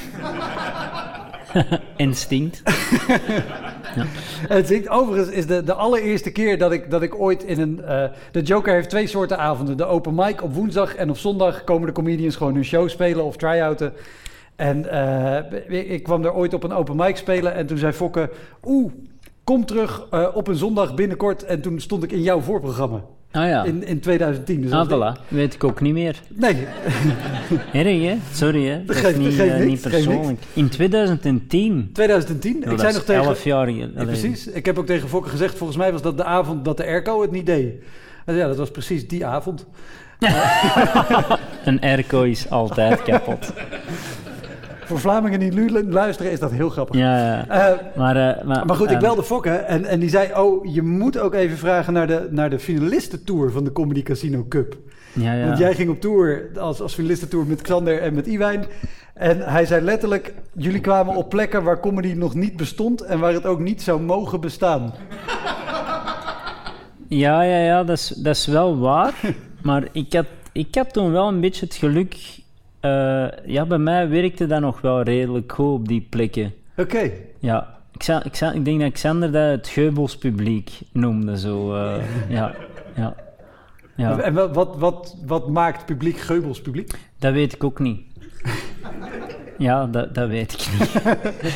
Instinct. Ja. Het is, overigens is de, de allereerste keer dat ik, dat ik ooit in een... Uh, de Joker heeft twee soorten avonden. De open mic op woensdag en op zondag komen de comedians gewoon hun show spelen of try-outen. En uh, ik kwam er ooit op een open mic spelen en toen zei Fokke... Oeh, kom terug uh, op een zondag binnenkort. En toen stond ik in jouw voorprogramma. Ah ja. In, in twintig tien. Dus ah, voilà. Weet ik ook niet meer. Nee. Erg, hè? Sorry, hè? Dat geeft, is niet, geeft uh, niks, niet persoonlijk. In twintig tien. twintig tien? Nou, ik zei nog tegen... elf jaar geleden. Ja, precies. Ik heb ook tegen Fokke gezegd, volgens mij was dat de avond dat de airco het niet deed. En ja, dat was precies die avond. Een airco is altijd kapot. Voor Vlamingen die lu- luisteren is dat heel grappig. Ja, ja. Uh, maar, uh, maar, maar goed, ik um, belde Fokke en, en die zei... oh, je moet ook even vragen naar de, naar de finalistentour van de Comedy Casino Cup. Ja, ja. Want jij ging op tour als, als finalistentour met Xander en met Iwijn. En hij zei letterlijk... jullie kwamen op plekken waar comedy nog niet bestond... en waar het ook niet zou mogen bestaan. Ja, ja, ja, dat is, dat is wel waar. Maar ik had, ik had toen wel een beetje het geluk... Uh, ja, bij mij werkte dat nog wel redelijk goed op die plekken. Oké. Okay. Ja, ik, zou, ik, zou, ik denk dat Xander dat het Geubels publiek noemde. Zo, uh, ja, ja, ja. En wat, wat, wat, wat maakt publiek Geubels publiek? Dat weet ik ook niet. Ja, dat, dat weet ik niet.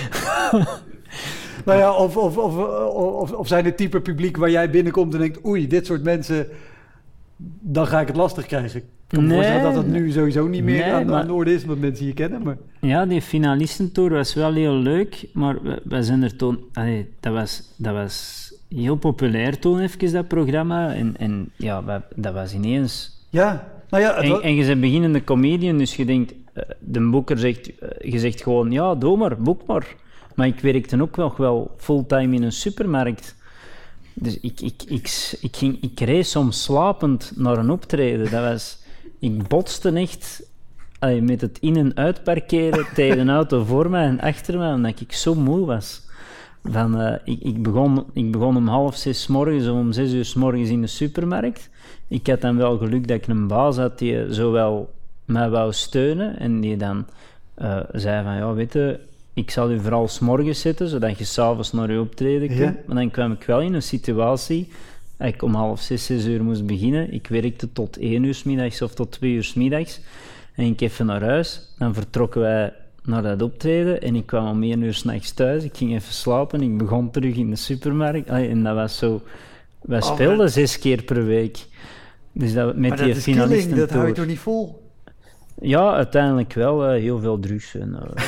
Nou ja, of, of, of, of, of zijn het type publiek waar jij binnenkomt en denkt... oei, dit soort mensen, dan ga ik het lastig krijgen. Ik kan me nee, voorstellen dat dat nu sowieso niet meer nee, aan, maar, aan de orde is, omdat mensen je kennen. Maar... Ja, die finalistentour was wel heel leuk, maar we, we zijn er toen... Allee, dat, was, dat was heel populair toen, even, dat programma. En, en ja, we, dat was ineens... Ja, nou ja... En, was... en je bent beginnende comedian, dus je denkt... Uh, de boeker zegt... Uh, je zegt gewoon, ja, doe maar, boek maar. Maar ik werkte ook nog wel fulltime in een supermarkt. Dus ik, ik, ik, ik, ging, ik reed soms slapend naar een optreden. Dat was... Ik botste echt allee, met het in- en uitparkeren tegen een auto voor mij en achter mij, omdat ik zo moe was. Van, uh, ik, ik, begon, ik begon om half zes 's morgens of om zes uur 's morgens in de supermarkt. Ik had dan wel geluk dat ik een baas had die zowel mij wou steunen en die dan uh, zei van, ja, weet je, ik zal u vooral 's morgens zetten, zodat je 's avonds naar je optreden kunt. Ja. Maar dan kwam ik wel in een situatie... Ik om half zes, zes uur moest beginnen. Ik werkte tot één uur 's middags of tot twee uur 's middags. En ik even naar huis. Dan vertrokken wij naar dat optreden. En ik kwam om één uur 's nachts thuis. Ik ging even slapen. Ik begon terug in de supermarkt. En dat was zo... Wij oh, speelden maar... zes keer per week. Dus dat, met maar die dat is killing, dat hou je tour. toch niet vol? Ja, uiteindelijk wel. Uh, heel veel drugs. En, uh...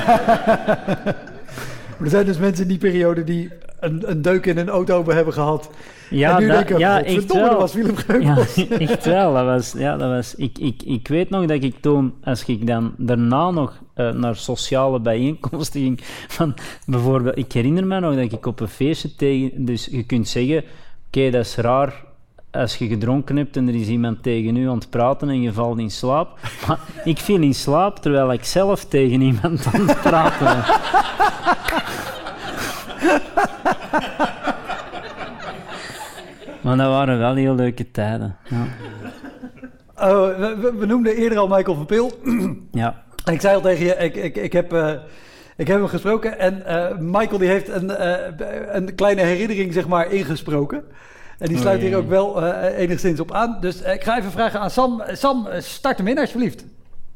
er zijn dus mensen in die periode die een, een deuk in een auto hebben gehad. Ja, en nu dat, denken, ja, echt wel. Dat was Willem Geubels. Ja, echt wel. Dat was, ja, dat was, ik, ik, ik weet nog dat ik toen, als ik dan daarna nog uh, naar sociale bijeenkomsten ging, van bijvoorbeeld, ik herinner me nog dat ik op een feestje tegen, dus je kunt zeggen, oké, okay, dat is raar als je gedronken hebt en er is iemand tegen u aan het praten en je valt in slaap. Maar ik viel in slaap terwijl ik zelf tegen iemand aan het praten was. Maar dat waren wel heel leuke tijden. Ja. Uh, we, we noemden eerder al Michael van Peel. Ja. En ik zei al tegen je, ik, ik, ik, heb, uh, Ik heb hem gesproken en uh, Michael die heeft een, uh, een kleine herinnering zeg maar ingesproken. En die sluit oh, hier ook wel uh, enigszins op aan. Dus uh, ik ga even vragen aan Sam. Sam, start hem in alsjeblieft.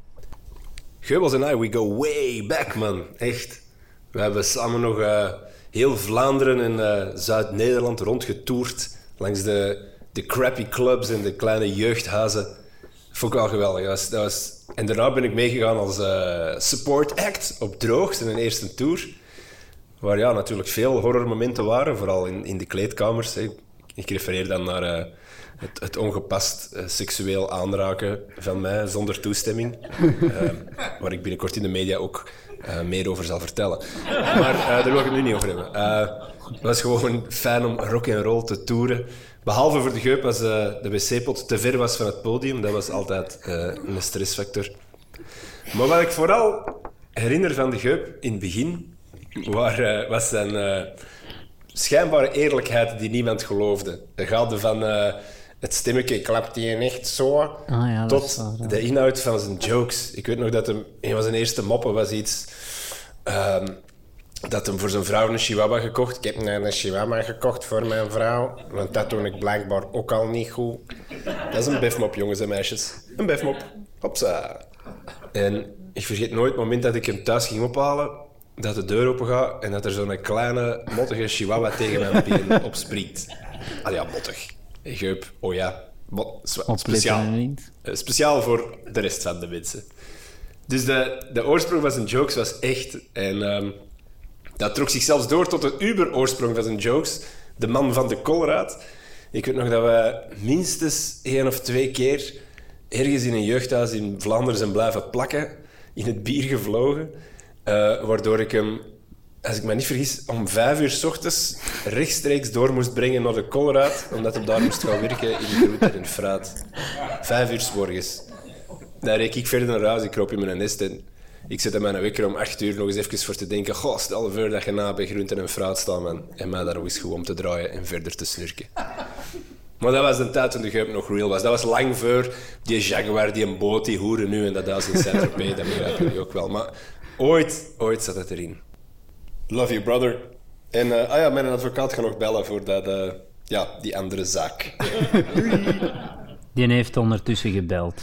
Geubels en I, we go way back, man. Echt. We hebben samen nog uh, heel Vlaanderen en uh, Zuid-Nederland rondgetoerd. Langs de, de crappy clubs en de kleine jeugdhuizen. Vond ik wel geweldig. Dat was, dat was... En daarna ben ik meegegaan als uh, support act op Droogs in een eerste tour. Waar ja, natuurlijk veel horrormomenten waren, vooral in, in de kleedkamers. Hè. Ik refereer dan naar uh, het, het ongepast uh, seksueel aanraken van mij zonder toestemming. Uh, waar ik binnenkort in de media ook uh, meer over zal vertellen. Maar uh, daar wil ik het nu niet over hebben. Uh, het was gewoon fijn om rock en roll te toeren. Behalve voor de Geup als uh, de wc-pot te ver was van het podium. Dat was altijd uh, een stressfactor. Maar wat ik vooral herinner van de Geup in het begin, waar, uh, was zijn uh, schijnbare eerlijkheid die niemand geloofde. Dat gaat van uh, het stemmetje klapt hij echt zo, ah, ja, tot waar, ja. de inhoud van zijn jokes. Ik weet nog dat hem, een van zijn eerste moppen was iets... Um, dat hem voor zijn vrouw een chihuahua gekocht. Ik heb een chihuahua gekocht voor mijn vrouw, want dat doe ik blijkbaar ook al niet goed. Dat is een befmop, jongens en meisjes. Een befmop. Hopsa. En ik vergeet nooit het moment dat ik hem thuis ging ophalen, dat de deur open gaat en dat er zo'n kleine, mottige chihuahua tegen mijn been opspringt. Ah ja, mottig. Geup, oh ja. Mot, speciaal. Speciaal voor de rest van de mensen. Dus de, de oorsprong van zijn jokes was echt... En um, dat trok zich zelfs door tot de uber-oorsprong van zijn jokes. De man van de koolraad. Ik weet nog dat we minstens één of twee keer ergens in een jeugdhuis in Vlaanderen zijn blijven plakken. In het bier gevlogen. Uh, waardoor ik hem, als ik me niet vergis, om vijf uur 's ochtends rechtstreeks door moest brengen naar de koolraad. Omdat hij daar moest gaan werken in de groente en fruit. Vijf uur 's morgens. Daar reek ik verder naar huis. Ik kroop in mijn nest en... Ik zette mijn wekker om acht uur nog eens even voor te denken. Goh, stel voor dat je na bij groenten en fruit staat, man. En mij daar nog eens goed om te draaien en verder te snurken. Maar dat was de tijd toen de Geup nog real was. Dat was lang voor die Jaguar, die een boot, die hoeren nu en dat huis in Saint-Tropez. Dat begrijpen jullie ook wel. Maar ooit, ooit zat het erin. Love you, brother. En uh, ah ja, mijn advocaat gaat nog bellen voor dat, uh, ja, die andere zaak. Die heeft ondertussen gebeld.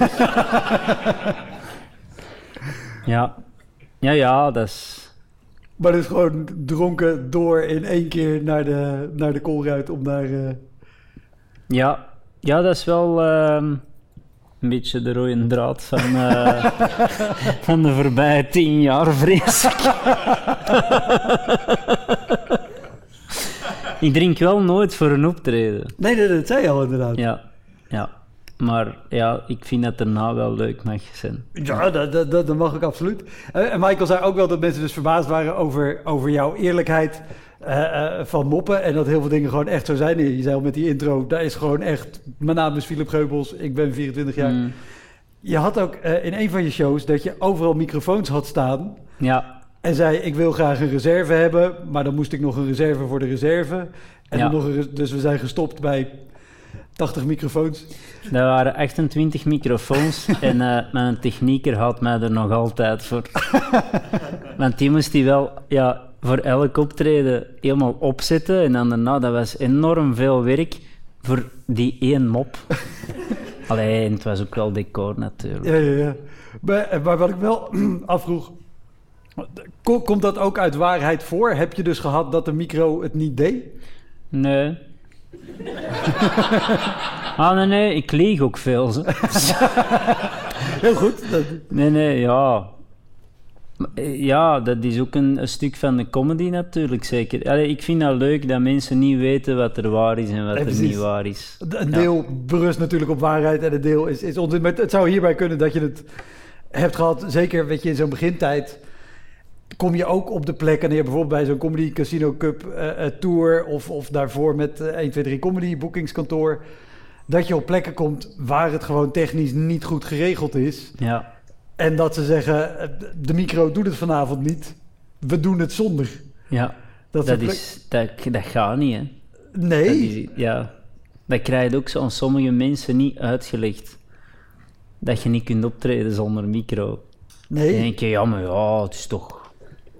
Ja, ja, ja, dat is... Maar dat is gewoon dronken door in één keer naar de, naar de koolruit om daar... Uh... Ja. ja, dat is wel uh, een beetje de rode draad van, uh, van de voorbije tien jaar, vrees ik. Ik drink wel nooit voor een optreden. Nee, nee, dat zei je al inderdaad. Ja, ja. Maar ja, ik vind dat daarna wel leuk mag zijn. Ja, dat, dat, dat mag ik absoluut. Uh, en Michael zei ook wel dat mensen dus verbaasd waren over, over jouw eerlijkheid uh, uh, van moppen. En dat heel veel dingen gewoon echt zo zijn. Je zei al met die intro, dat is gewoon echt... Mijn naam is Philip Geubels, ik ben vierentwintig jaar. Mm. Je had ook uh, in een van je shows dat je overal microfoons had staan. Ja. En zei, ik wil graag een reserve hebben. Maar dan moest ik nog een reserve voor de reserve. En ja. dan nog een, dus we zijn gestopt bij... tachtig microfoons. Dat waren achtentwintig microfoons en uh, mijn technieker had mij er nog altijd voor. Want die moest die wel ja, voor elk optreden helemaal opzetten en dan daarna, dat was enorm veel werk voor die één mop. Allee, en het was ook wel decor natuurlijk. Ja, ja, ja. Maar, maar wat ik wel afvroeg, komt dat ook uit waarheid voor? Heb je dus gehad dat de micro het niet deed? Nee. Ah, nee, nee, ik lieg ook veel. Zo. Heel goed. Nee, nee, ja. Ja, dat is ook een, een stuk van de comedy natuurlijk, zeker. Allee, ik vind dat leuk dat mensen niet weten wat er waar is en wat en er niet waar is. Een deel ja. berust natuurlijk op waarheid en een deel is, is onzin. Maar het zou hierbij kunnen dat je het hebt gehad, zeker weet je, in zo'n begintijd... Kom je ook op de plek wanneer bijvoorbeeld bij zo'n Comedy Casino Cup uh, uh, tour... Of, of daarvoor met uh, één, twee, drie Comedy boekingskantoor... dat je op plekken komt waar het gewoon technisch niet goed geregeld is. Ja. En dat ze zeggen, de micro doet het vanavond niet. We doen het zonder. Ja, dat, dat, is, dat, dat gaat niet, hè. Nee. Dat is, ja, dat krijg je ook zo aan sommige mensen niet uitgelegd. Dat je niet kunt optreden zonder micro. Nee. Dan denk je, ja, maar ja, het is toch...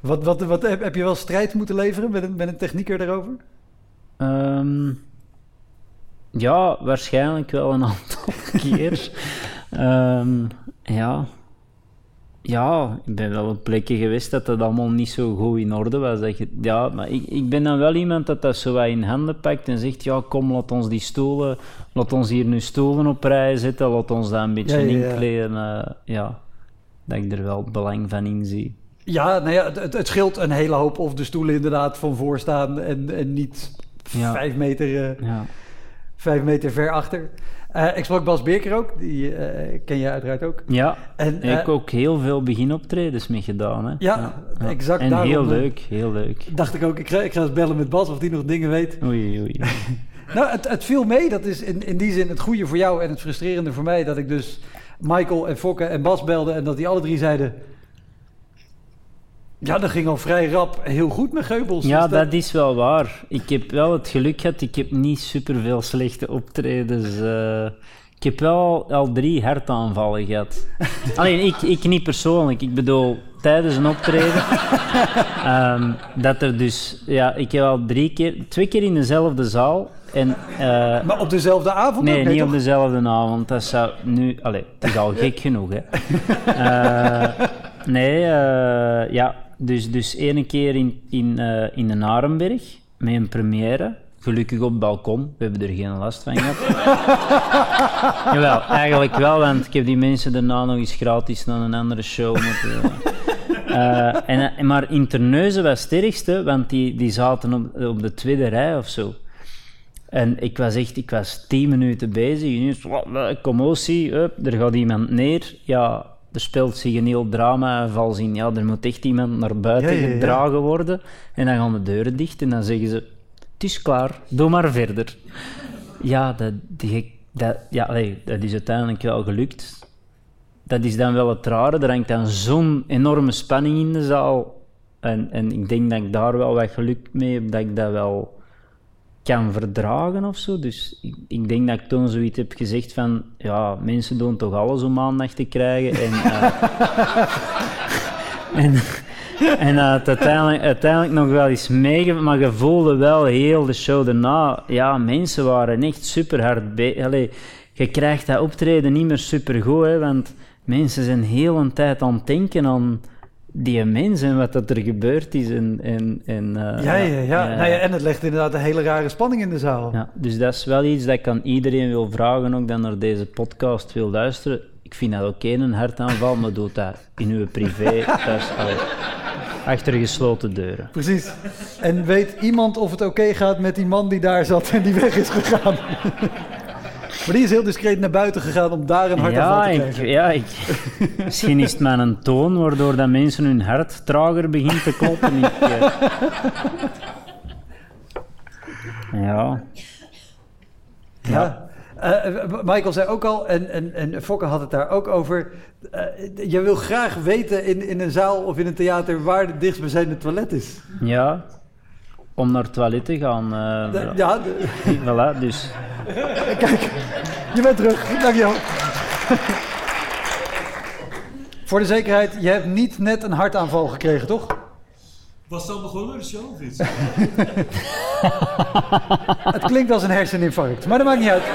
Wat, wat, wat, heb, heb je wel strijd moeten leveren met een, met een technieker daarover? Um, ja, waarschijnlijk wel een aantal keer. um, ja... Ja, ik ben wel op plekken geweest dat dat allemaal niet zo goed in orde was. Dat je, ja, maar ik, ik ben dan wel iemand dat dat zo wat in handen pakt en zegt, ja, kom, laat ons die stoelen, laat ons hier nu stoelen op rij zetten, laat ons daar een beetje ja, ja, ja. inkleden. Uh, ja, dat ik er wel belang van in zie. Ja, nou ja, het, het scheelt een hele hoop of de stoelen inderdaad van voor staan en, en niet Ja. vijf, meter, uh, Ja. vijf meter ver achter. Uh, ik sprak Bas Beerker ook, die uh, ken je uiteraard ook. Ja, En, ik uh, heb ook heel veel beginoptredens mee gedaan. Hè. Ja, exact En daarom, heel uh, leuk, heel leuk. Dacht ik ook, ik ga, ik ga eens bellen met Bas of die nog dingen weet. Oei, oei. Nou, het, het viel mee. Dat is in, in die zin het goede voor jou en het frustrerende voor mij. Dat ik dus Michael en Fokke en Bas belde en dat die alle drie zeiden... Ja, dat ging al vrij rap heel goed met Geubels. Ja, dus dat is wel waar. Ik heb wel het geluk gehad, ik heb niet superveel slechte optredens. Uh, ik heb wel al drie hartaanvallen gehad. Alleen, ik, ik niet persoonlijk. Ik bedoel, tijdens een optreden. um, dat er dus... Ja, ik heb al drie keer... Twee keer in dezelfde zaal. En, uh, Maar op dezelfde avond? Nee, ook, niet toch? op dezelfde avond. Dat zou nu... Allee, het is al gek genoeg, hè. Uh, nee, uh, ja... Dus, dus ene keer in, in, uh, in de Narenberg, met een première. Gelukkig op het balkon, we hebben er geen last van gehad. Jawel, eigenlijk wel, want ik heb die mensen daarna nog eens gratis naar een andere show moeten... Uh, en, maar in Terneuzen was het ergste, want die, die zaten op, op de tweede rij of zo. En ik was echt, ik was tien minuten bezig, commotie, up, er gaat iemand neer, ja... Er speelt zich een heel drama vals in. Ja, er moet echt iemand naar buiten ja, ja, ja. gedragen worden. En dan gaan de deuren dicht en dan zeggen ze... Het is klaar, doe maar verder. Ja, dat, die, dat, ja allee, dat is uiteindelijk wel gelukt. Dat is dan wel het rare. Er hangt dan zo'n enorme spanning in de zaal. En, en ik denk dat ik daar wel wat geluk mee heb, dat ik dat wel kan verdragen of zo. Dus ik, ik denk dat ik toen zoiets heb gezegd van... Ja, mensen doen toch alles om aandacht te krijgen. En, uh, en, en uh, het uiteindelijk, uiteindelijk nog wel eens meegemaakt. Maar je voelde wel heel de show daarna... Ja, mensen waren echt super hard bezig. Je krijgt dat optreden niet meer super goed, hè, want mensen zijn heel een tijd aan het denken aan... die mensen en wat dat er gebeurd is. En, en, en, uh, Ja, ja, ja. ja. Nou ja. En het legt inderdaad een hele rare spanning in de zaal. Ja, dus dat is wel iets dat ik aan iedereen wil vragen, ook dat naar deze podcast wil luisteren. Ik vind dat oké, een hartaanval, maar doe dat in uw privé, thuis, allee, achter gesloten deuren. Precies. En weet iemand of het oké gaat met die man die daar zat en die weg is gegaan? Maar die is heel discreet naar buiten gegaan om daar een hartaanval Ja, te ik, krijgen. ja ik, misschien is het maar een toon waardoor dat mensen hun hart trager begint te kloppen. Ik, uh, ja. Ja. Uh, Michael zei ook al, en, en, en Fokke had het daar ook over... Uh, je wil graag weten in, in een zaal of in een theater waar het dichtstbijzijnde toilet is. Ja, om naar het toilet te gaan. Uh, De, ja, de, voilà, dus... Kijk, je bent terug. Dankjewel. Voor de zekerheid, je hebt niet net een hartaanval gekregen, toch? Was het al begonnen, de show of iets? Het klinkt als een herseninfarct, maar dat maakt niet uit.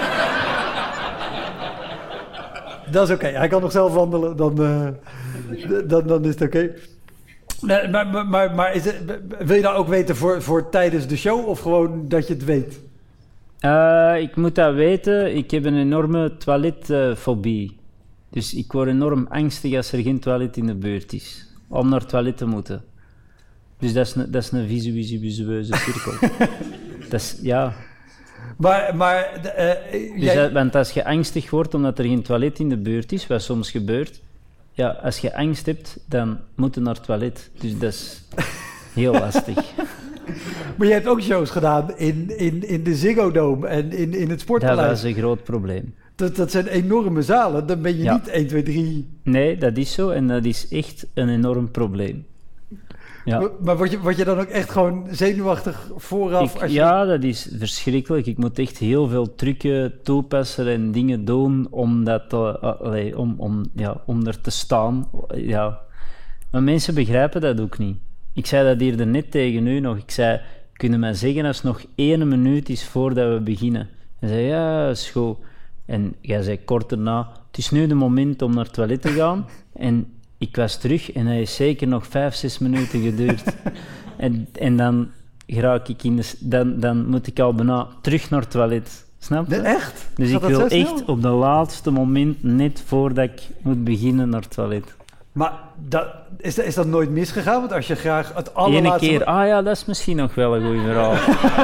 Dat is oké. Okay. Hij kan nog zelf wandelen, dan, uh, dan, dan is het oké. Okay. Nee, maar maar, maar, maar is het, wil je dat ook weten voor, voor tijdens de show of gewoon dat je het weet? Uh, ik moet dat weten. Ik heb een enorme toiletfobie. Dus ik word enorm angstig als er geen toilet in de buurt is. Om naar het toilet te moeten. Dus dat is een, dat is een visueuze cirkel. Dat is, ja. Maar, maar uh, dus jij... dat, want als je angstig wordt omdat er geen toilet in de buurt is, wat soms gebeurt, ja, als je angst hebt, dan moet je naar het toilet. Dus dat is heel lastig. Maar je hebt ook shows gedaan in, in, in de Ziggo Dome en in, in het Sportpaleis. Dat was een groot probleem. Dat, dat zijn enorme zalen, dan ben je Ja. niet één, twee, drie... Nee, dat is zo en dat is echt een enorm probleem. Ja. Maar, maar word, je, word je dan ook echt gewoon zenuwachtig vooraf? Ik, als je... Ja, dat is verschrikkelijk. Ik moet echt heel veel trucken toepassen en dingen doen om, dat, uh, uh, om, om, ja, om er te staan. Ja. Maar mensen begrijpen dat ook niet. Ik zei dat hier net tegen u nog. Ik zei, kunnen mij zeggen als het nog één minuut is voordat we beginnen? Hij zei, ja, is goed. En jij zei kort daarna, het is nu de moment om naar het toilet te gaan. En ik was terug en hij is zeker nog vijf, zes minuten geduurd. en, en dan raak ik in de... Dan, dan moet ik al bijna terug naar het toilet. Snap je? Nee, echt? Dus Gaat ik dat wil zo snel? echt op de laatste moment, net voordat ik moet beginnen, naar het toilet. Maar dat, is, dat, is dat nooit misgegaan? Want als je graag het Ene allerlaatste... keer, ah ja, dat is misschien nog wel een goed verhaal.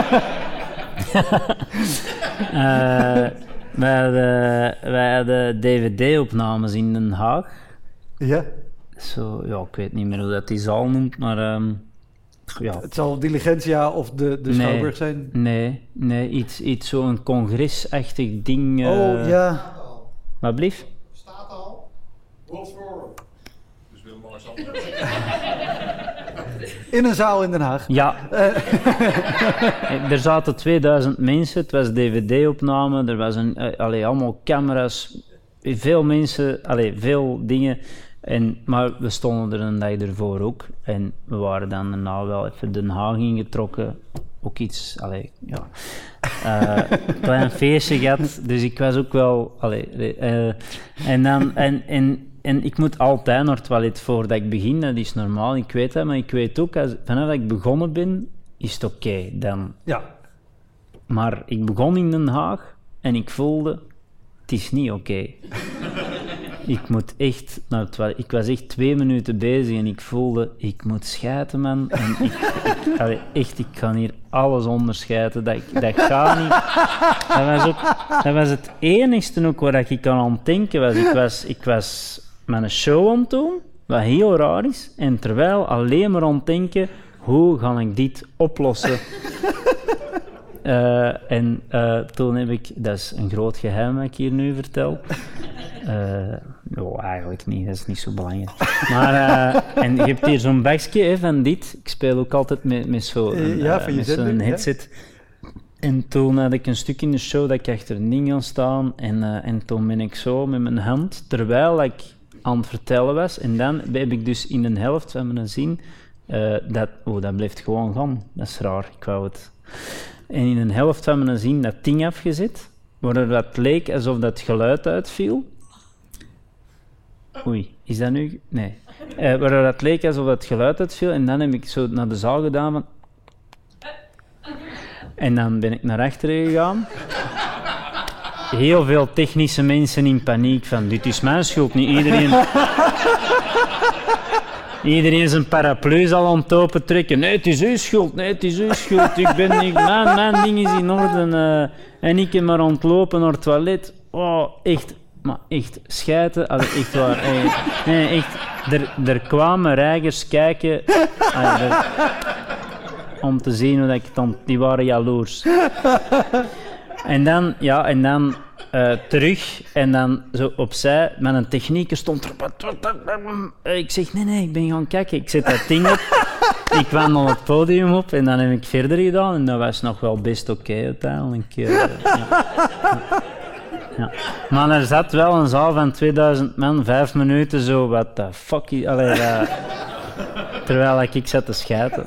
uh, wij, hadden, wij hadden D V D-opnames in Den Haag. Ja, Zo, ja, ik weet niet meer hoe dat die zaal noemt, maar... Um, ja. het zal Diligentia of de, de Nee. Schouwburg zijn. Nee, nee, iets, iets zo'n congresachtig ding. Uh, Oh, ja. Wat blieft? Staat al. World Forum. Dus Willem-Alexander. In een zaal in Den Haag. Ja. Er zaten tweeduizend mensen, het was D V D-opname, er was een, uh, allee, allemaal camera's, veel mensen, allee, veel dingen. En, maar we stonden er een dag ervoor ook. En we waren dan daarna wel even Den Haag ingetrokken. Ook iets, allee, ja. Uh, klein feestje gehad, dus ik was ook wel, allee, uh, en dan, en, en, en ik moet altijd naar het toilet voordat ik begin, dat is normaal, ik weet dat, maar ik weet ook, als, vanaf dat ik begonnen ben, is het oké, okay, dan. Ja. Maar ik begon in Den Haag en ik voelde, het is niet oké. Okay. Ik moet echt naar het toilet. Ik was echt twee minuten bezig en ik voelde, ik moet schijten, man. En ik, ik, allee, echt, ik kan hier alles onderschijten. Dat, dat gaat niet. Dat was, ook, dat was het enigste ook waar ik aan het denken was. Ik was, ik was met een show aan het doen, wat heel raar is. En terwijl alleen maar aan het denken, hoe ga ik dit oplossen? Uh, en uh, toen heb ik, dat is een groot geheim dat ik hier nu vertel. Uh, oh, eigenlijk niet, dat is niet zo belangrijk. Maar, uh, en je hebt hier zo'n bakje hè, van dit. Ik speel ook altijd met, met zo'n Uh, ja, uh, zo headset. Ja. En toen had ik een stuk in de show dat ik achter een ding aan staan. En, uh, en toen ben ik zo met mijn hand, terwijl ik aan het vertellen was. En dan heb ik dus in de helft van mijn zin, uh, dat, oh, dat blijft gewoon gaan. Dat is raar, ik wou het. En in een helft van mijn zin dat ding afgezet, waardoor dat leek alsof dat geluid uitviel. Oei, is dat nu? Nee. Uh, waardoor dat leek alsof dat geluid uitviel. En dan heb ik zo naar de zaal gedaan van... En dan ben ik naar achteren gegaan. Heel veel technische mensen in paniek van, dit is mijn schuld, niet iedereen... Iedereen zijn paraplu zal aan het open trekken. Nee, het is uw schuld, nee, het is uw schuld. Ik ben niet... Mijn, mijn ding is in orde. Uh, en ik heb maar ontlopen naar het toilet. Oh, echt... Maar echt, schijten, allee, echt waar. Hey, nee, echt, er, er kwamen reigers kijken allee, er, om te zien hoe dat ik het dan... Die waren jaloers. En dan, ja, en dan uh, terug en dan zo opzij, met een technieker stond er... Ik zeg, nee, nee, ik ben gaan kijken. Ik zet dat ding op, ik wandel het podium op en dan heb ik verder gedaan. En dat was nog wel best oké okay, uiteindelijk. Uh, ja. Ja. Ja. Maar er zat wel een zaal van tweeduizend man, vijf minuten zo, what the fuck is... Allee, uh, terwijl ik zat te schijten.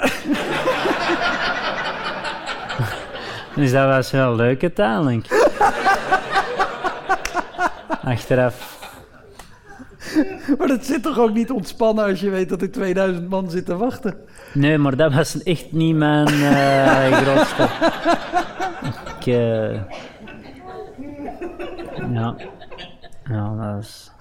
Dus dat was wel leuk uiteindelijk. Achteraf. Maar dat zit toch ook niet ontspannen als je weet dat er tweeduizend man zit te wachten? Nee, maar dat was echt niet mijn uh, grootste. Ik... Uh, Ja, ja, dat is...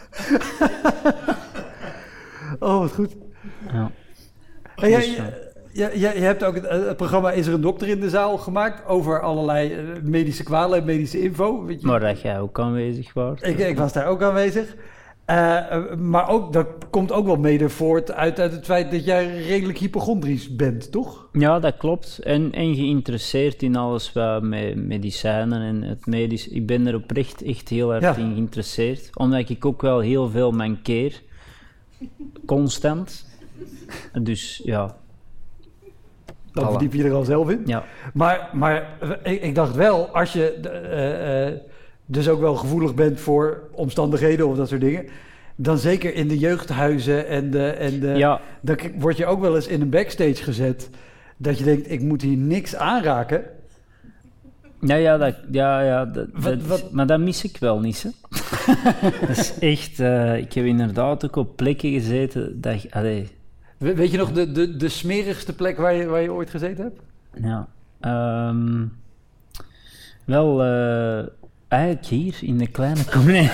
Oh, wat goed. Ja. En jij, Dus, uh, jij, jij, jij hebt ook het, het programma Is er een dokter in de zaal gemaakt over allerlei uh, medische kwalen en medische info. Weet je? Maar dat jij ook aanwezig was. Ik, ik was daar ook aanwezig. Uh, maar ook, dat komt ook wel mede voort uit, uit het feit dat jij redelijk hypochondrisch bent, toch? Ja, dat klopt. En, en geïnteresseerd in alles wat met medicijnen en het medisch... Ik ben er oprecht echt heel erg ja. in geïnteresseerd. Omdat ik ook wel heel veel mankeer. Constant. Dus ja... Dan voilà. Verdiep je er al zelf in. Ja. Maar, maar ik, ik dacht wel, als je uh, uh, dus ook wel gevoelig bent voor omstandigheden of dat soort dingen... dan zeker in de jeugdhuizen en de... En de Ja. Dan k- word je ook wel eens in een backstage gezet... dat je denkt, ik moet hier niks aanraken. Ja, ja, dat, ja, ja dat, Wat- dat- wat- maar dat mis ik wel niet, hè. Dat is echt... eh, ik heb inderdaad ook op plekken gezeten dat... je- Allee, We- weet je nog de, de, de smerigste plek waar je, waar je ooit gezeten hebt? ja. Ehm, wel, eh, eigenlijk hier, in de kleine community.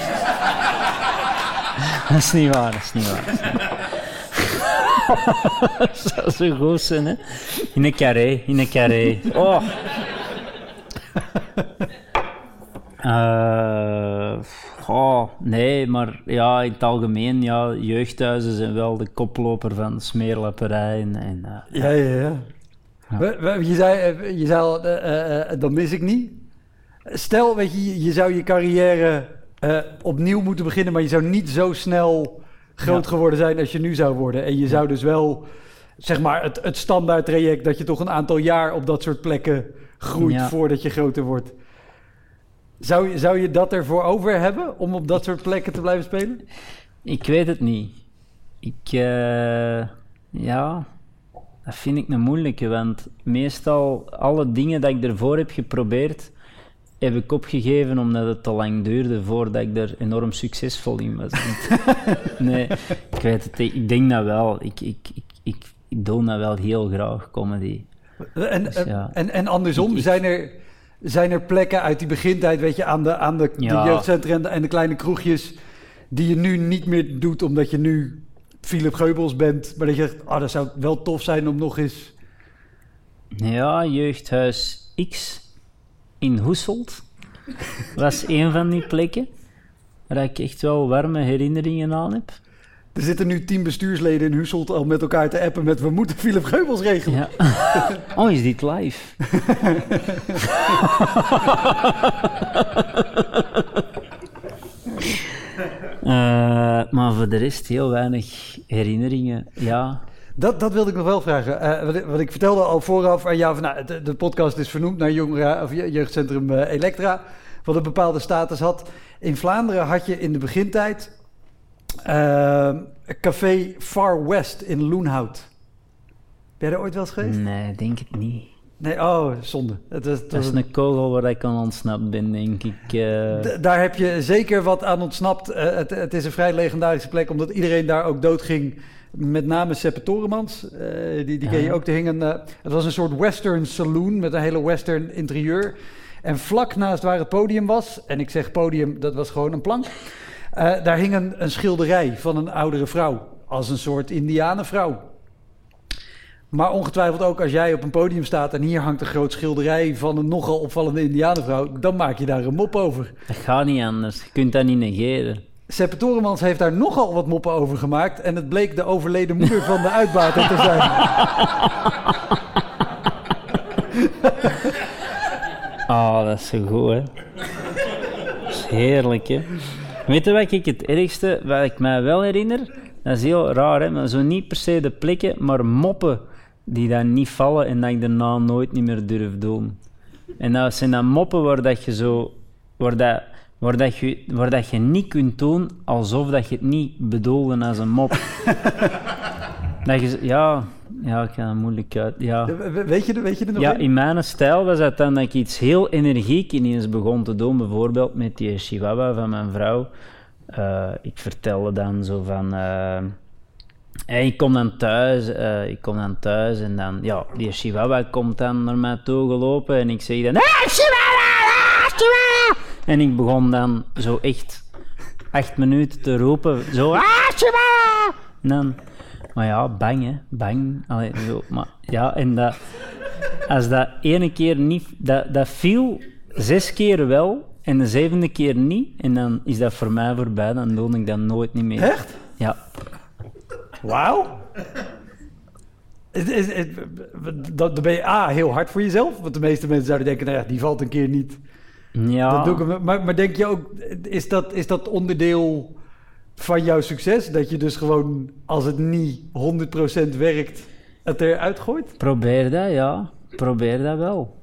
Dat is niet waar, dat is niet waar. Dat is niet waar. Dat zou zo goed zijn, hè. In een carré, in een carré. Oh. Eh, oh, nee, maar ja, in het algemeen, ja, jeugdhuizen zijn wel de koploper van smeerlapperij. En, en, eh, Ja, ja, ja. Ja. We- we- Je zei, eh, je zei al, eh, eh, eh, dat mis ik niet. Stel, weet je, je zou je carrière eh, opnieuw moeten beginnen... maar je zou niet zo snel groot Ja. geworden zijn als je nu zou worden. En je zou dus wel, zeg maar, het, het standaard traject... dat je toch een aantal jaar op dat soort plekken groeit Ja. voordat je groter wordt. Zou, je- zou je dat ervoor over hebben om op dat soort plekken te blijven spelen? Ik weet het niet. Ik, eh, ja, dat vind ik een moeilijke, want meestal alle dingen dat ik ervoor heb geprobeerd, heb ik opgegeven omdat het te lang duurde voordat ik er enorm succesvol in was. Nee, ik weet het, ik denk dat wel. Ik, ik, ik, ik, ik doe dat wel heel graag, comedy. En, Dus en- ja. en, en andersom, Ik- ik- zijn, er, zijn er plekken uit die begintijd, weet je, aan de, aan de, Ja. de jeugdcentra en de, en de kleine kroegjes, die je nu niet meer doet omdat je nu Philip Geubels bent, maar dat je zegt, ah, dat zou wel tof zijn om nog eens... Ja, Jeugdhuis X in Hoeselt was een van die plekken waar ik echt wel warme herinneringen aan heb. Er zitten nu tien bestuursleden in Husselt al met elkaar te appen met we moeten Philip Geubels regelen. Ja. Oh, is dit live? Eh, maar voor de rest heel weinig herinneringen. Ja, Dat, dat wilde ik nog wel vragen. Eh, wat, ik, wat ik vertelde al vooraf aan jou, van, nou, de, de podcast is vernoemd naar jongeren, of je- jeugdcentrum eh, Elektra, wat een bepaalde status had. In Vlaanderen had je in de begintijd eh, café Far West in Loenhout. Ben je daar ooit wel eens geweest? nee, denk het niet. Nee, oh, zonde. Het is, het Dat was is een- een kogel waar ik aan ontsnapt ben, denk ik. eh. D- daar heb je zeker wat aan ontsnapt. Eh, het, het is een vrij legendarische plek, omdat iedereen daar ook doodging. Met name Seppe Toremans. Eh, die die ken je Ja. ook te hingen. eh, het was een soort western saloon met een hele western interieur. En vlak naast waar het podium was, en ik zeg podium, dat was gewoon een plank. eh, daar hing een, een schilderij van een oudere vrouw. Als een soort indianenvrouw. Maar ongetwijfeld ook als jij op een podium staat en hier hangt een groot schilderij van een nogal opvallende indianenvrouw, dan maak je daar een mop over. Dat gaat niet anders. Je kunt dat niet negeren. Seppe Toremans heeft daar nogal wat moppen over gemaakt en het bleek de overleden moeder van de uitbater te zijn. Oh, dat is zo goed, hè. Dat is heerlijk, hè. Weet je wat ik het ergste, wat ik mij wel herinner? Dat is heel raar, hè. Maar zo niet per se de plekken, maar moppen die dan niet vallen en dat ik daarna nooit niet meer durf doen. En dat zijn dan moppen waar dat je zo... Waar dat, waar dat je, waar dat je niet kunt doen alsof dat je het niet bedoelde als een mop. Dat je... zo- Ja... Ja, ik kan het moeilijk uit... Ja. We- Weet je, er- weet je er nog Ja, in? in mijn stijl was dat dan dat ik iets heel energiek ineens begon te doen. Bijvoorbeeld met die chihuahua van mijn vrouw. Eh, ik vertelde dan zo van... eh, hey, ik kom dan thuis, eh, ik kom dan thuis en dan... Ja, die chihuahua komt dan naar mij toe gelopen en ik zeg dan... Ah, chihuahua, ah, chihuahua! En ik begon dan zo echt acht minuten te roepen. Zo... Ah, chihuahua! En dan... Maar ja, bang, hè. Bang. Allee, zo, maar ja, en dat... Als dat ene keer niet... Dat, dat viel zes keer wel en de zevende keer niet. En dan is dat voor mij voorbij. Dan doe ik dat nooit niet meer. Echt? Ja. Wauw. Het is- het- Dan dan ben je A, heel hard voor jezelf. Want de meeste mensen zouden denken, nou ja, die valt een keer niet. Ja. Dat doe ik hem. Maar, maar denk je ook, is dat, is dat onderdeel van jouw succes? Dat je dus gewoon, als het niet honderd procent werkt, het eruit gooit? Probeer dat, ja. Probeer dat wel.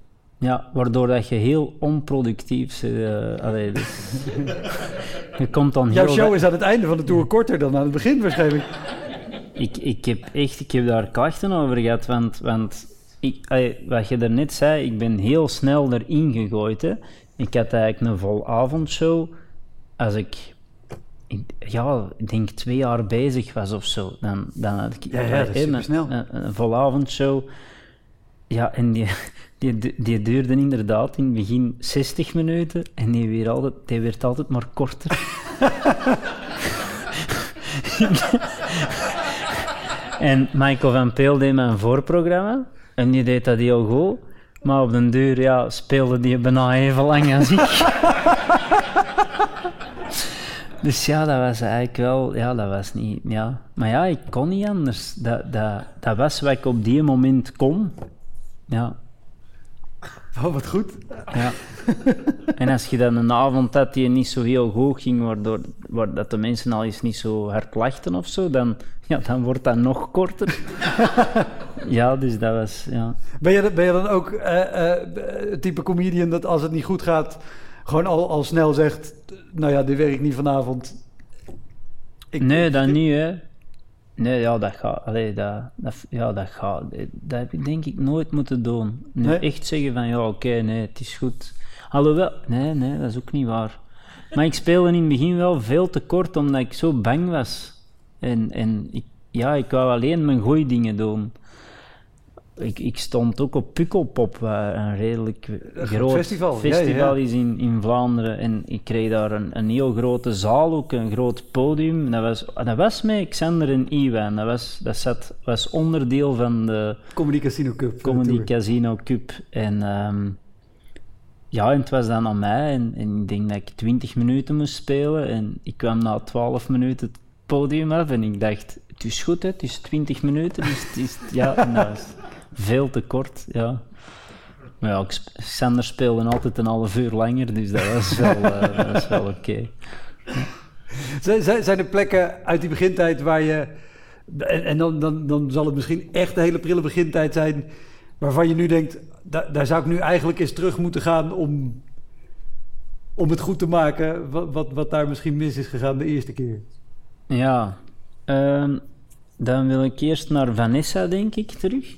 Ja, waardoor dat je heel onproductief bent. Uh, allee, dus, je komt dan Jouw heel show we- is aan het einde van de tour korter dan aan het begin waarschijnlijk. Ik, ik heb echt ik heb daar klachten over gehad, want, want ik, allee, wat je daarnet zei, ik ben heel snel erin gegooid. Hè. Ik had eigenlijk een volavondshow. Als ik, ik, ja, ik denk twee jaar bezig was of zo, dan, dan had ik Ja, ja, dat is hè, supersnel. een, een, een volavondshow. Ja, en die, die, die duurde inderdaad in het begin zestig minuten en die, weer altijd, die werd altijd maar korter. En Michael van Peel deed mijn voorprogramma en die deed dat heel goed, maar op den duur ja, speelde die bijna even lang als ik. Dus ja, dat was eigenlijk wel, ja, dat was niet, ja. Maar ja, ik kon niet anders. Dat, dat, dat was wat ik op die moment kon. Ja, Oh, wat goed. ja. En als je dan een avond had die niet zo heel goed ging, waardoor waar dat de mensen al eens niet zo hard lachten of zo, dan, ja, dan wordt dat nog korter. Ja, dus dat was, ja. Ben je, ben je dan ook eh, eh, het type comedian dat als het niet goed gaat, gewoon al, al snel zegt, nou ja, dit werkt niet vanavond. Ik- Nee, ik- dat niet, hè. Nee, ja, dat gaat, allee, dat, dat, ja, dat gaat, dat heb ik denk ik nooit moeten doen. Nu Nee? echt zeggen van, ja, oké, nee, het is goed. Alhoewel, nee, nee, dat is ook niet waar. Maar ik speelde in het begin wel veel te kort, omdat ik zo bang was. En, en ik, ja, ik wou alleen mijn gooidingen doen. Ik, ik stond ook op Pukkelpop, wat een redelijk groot festival, ja, festival ja. is in, in Vlaanderen. En ik kreeg daar een, een heel grote zaal, ook een groot podium. Dat was, dat was met Xander en Iwan. Dat was, dat zat, was onderdeel van de Comedy Casino Cup. eh, Comedy tour. Casino Cup. En ehm, ja, en het was dan aan mij. En, en ik denk dat ik twintig minuten moest spelen. En ik kwam na twaalf minuten het podium af. En ik dacht, het is goed, hè, het is twintig minuten. Dus het is, ja, en dat was veel te kort, ja. Maar ja, ik sp- Xander speelde altijd een half uur langer, dus dat was wel, uh, dat was wel oké. Zijn, zijn zijn er plekken uit die begintijd waar je... En, en dan, dan, dan zal het misschien echt een hele prille begintijd zijn, waarvan je nu denkt, da, daar zou ik nu eigenlijk eens terug moeten gaan om, om het goed te maken, wat, wat, wat daar misschien mis is gegaan de eerste keer. Ja, ehm, dan wil ik eerst naar Vanessa, denk ik, terug.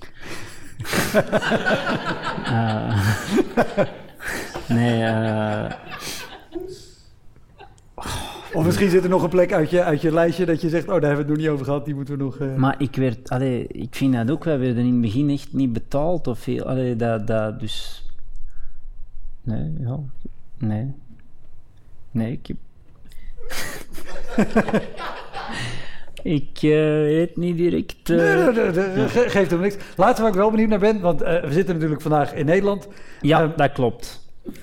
Eh, nee, eh... Of misschien zit er nog een plek uit je, uit je lijstje dat je zegt, oh, daar hebben we het nog niet over gehad, die moeten we nog... eh, Maar ik werd, allee, ik vind dat ook, wij werden in het begin echt niet betaald of veel, allee, dat, dat, dus... Nee, ja, nee. Nee, ik heb... ik uh, weet niet direct... Uh... Nee, nee, nee, nee, ge- geeft hem niks. Laatste waar ik wel benieuwd naar ben, want uh, we zitten natuurlijk vandaag in Nederland. Ja, Um, dat klopt.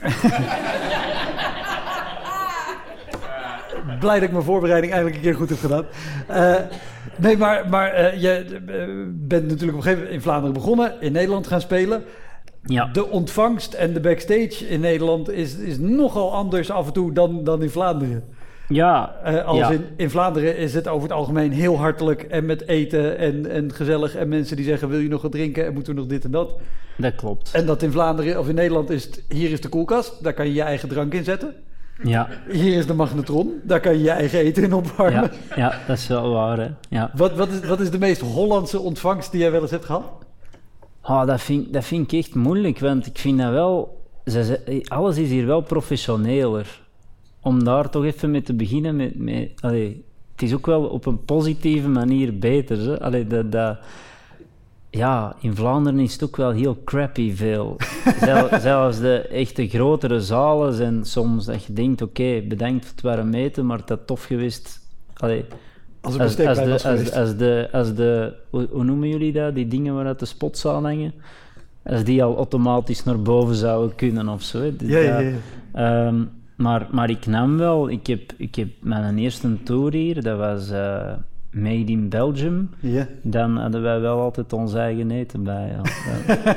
Blij dat ik mijn voorbereiding eigenlijk een keer goed heb gedaan. Uh, nee, maar, maar uh, je uh, bent natuurlijk op een gegeven moment in Vlaanderen begonnen, in Nederland gaan spelen. Ja. De ontvangst en de backstage in Nederland is, is nogal anders af en toe dan, dan in Vlaanderen. Ja, Uh, als ja. in, in Vlaanderen is het over het algemeen heel hartelijk en met eten en, en gezellig. En mensen die zeggen, wil je nog wat drinken en moeten we nog dit en dat. dat klopt. En dat in Vlaanderen of in Nederland is het, hier is de koelkast, daar kan je je eigen drank in zetten. Ja, Hier is de magnetron, daar kan je je eigen eten in opwarmen. ja, ja, dat is wel waar, hè. Ja. Wat, wat, is, wat is de meest Hollandse ontvangst die jij wel eens hebt gehad? Ah, dat, vind, dat vind ik echt moeilijk, want ik vind dat wel... Ze, ze- alles is hier wel professioneler. Om daar toch even mee te beginnen met... met allee, het is ook wel op een positieve manier beter. Hè? Allee, dat, dat, ja, in Vlaanderen is het ook wel heel crappy veel. Zel, zelfs de echte grotere zalen zijn soms dat je denkt, oké, okay, bedankt voor het warm eten, maar het had tof geweest... Allee, Als er als, bestek als, bij de, was als, geweest. als de, als de, hoe, hoe noemen jullie dat? Die dingen waar dat de spots aan hangen? Als die al automatisch naar boven zouden kunnen of zo. Hè. Dus Ja, ja, dat- ja. ehm, maar, maar ik nam wel, ik heb, ik heb mijn eerste tour hier, dat was eh, Made in Belgium. Ja. Dan hadden wij wel altijd ons eigen eten bij. Ja, ja.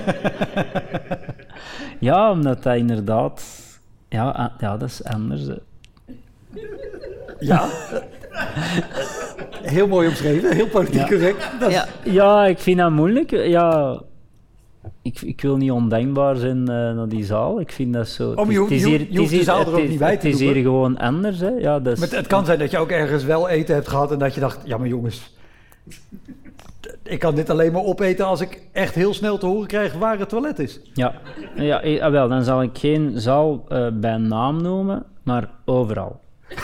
Ja, omdat dat inderdaad, ja, a- ja dat is anders. Hè. Ja. Heel mooi omschreven, heel politiek Ja. correct. Dat is- Ja, ja, ik vind dat moeilijk. Ja, ik, ik wil niet ondenkbaar zijn uh, naar die zaal. Ik vind dat zo... Oh, maar je hoeft, je hoeft, je hoeft de zaal er ook is, niet bij te Het is doen, hier gewoon anders, hè. Ja, dat is... Maar het, het kan zijn dat je ook ergens wel eten hebt gehad en dat je dacht, ja maar jongens, ik kan dit alleen maar opeten als ik echt heel snel te horen krijg waar het toilet is. Ja, ja eh, wel, dan zal ik geen zaal uh, bij naam noemen, maar overal.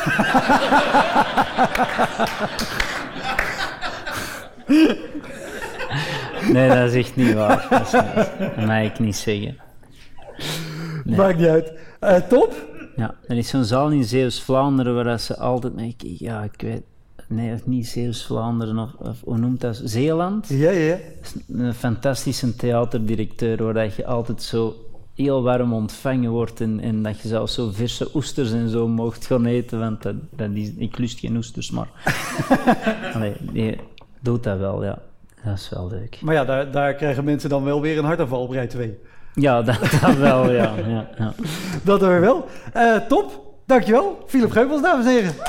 Nee, dat is echt niet waar. Dat, is niet, dat mag ik niet zeggen. Nee. Maakt niet uit. Uh, top? Ja, er is zo'n zaal in Zeeuws-Vlaanderen waar ze altijd... Ja, ik weet... Nee, niet Zeeuws-Vlaanderen, of, of hoe noemt dat? Zeeland? Ja, ja. Dat is een fantastische theaterdirecteur waar dat je altijd zo heel warm ontvangen wordt en, en dat je zelfs zo verse oesters en zo mocht gaan eten, want dat, dat is, ik lust geen oesters, maar... Allee, die doet dat wel, ja. Dat is wel leuk. Maar ja, daar, daar krijgen mensen dan wel weer een hartaanval op rij twee. Ja, dat, dat wel, ja. ja, ja. Dat er wel. Uh, top, dankjewel. Philip Geubels, dames en heren.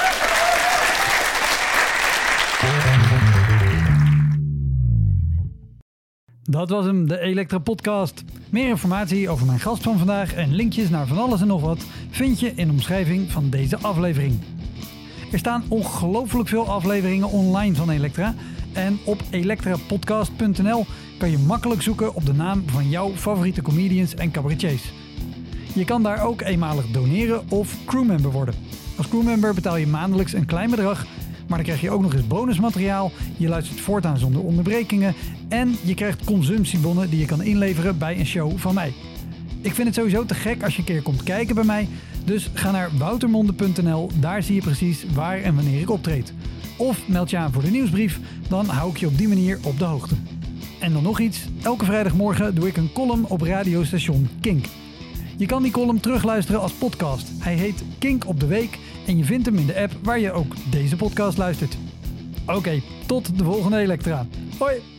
Dat was hem, de Elektra Podcast. Meer informatie over mijn gast van vandaag en linkjes naar van alles en nog wat vind je in de omschrijving van deze aflevering. Er staan ongelooflijk veel afleveringen online van Elektra en op elektrapodcast punt n l kan je makkelijk zoeken op de naam van jouw favoriete comedians en cabaretiers. Je kan daar ook eenmalig doneren of crewmember worden. Als crewmember betaal je maandelijks een klein bedrag, maar dan krijg je ook nog eens bonusmateriaal, je luistert voortaan zonder onderbrekingen en je krijgt consumptiebonnen die je kan inleveren bij een show van mij. Ik vind het sowieso te gek als je een keer komt kijken bij mij, dus ga naar woutermonde punt n l, daar zie je precies waar en wanneer ik optreed. Of meld je aan voor de nieuwsbrief, dan hou ik je op die manier op de hoogte. En dan nog iets, elke vrijdagmorgen doe ik een column op radiostation Kink. Je kan die column terugluisteren als podcast. Hij heet Kink op de Week en je vindt hem in de app waar je ook deze podcast luistert. Oké, okay, tot de volgende Elektra. Hoi!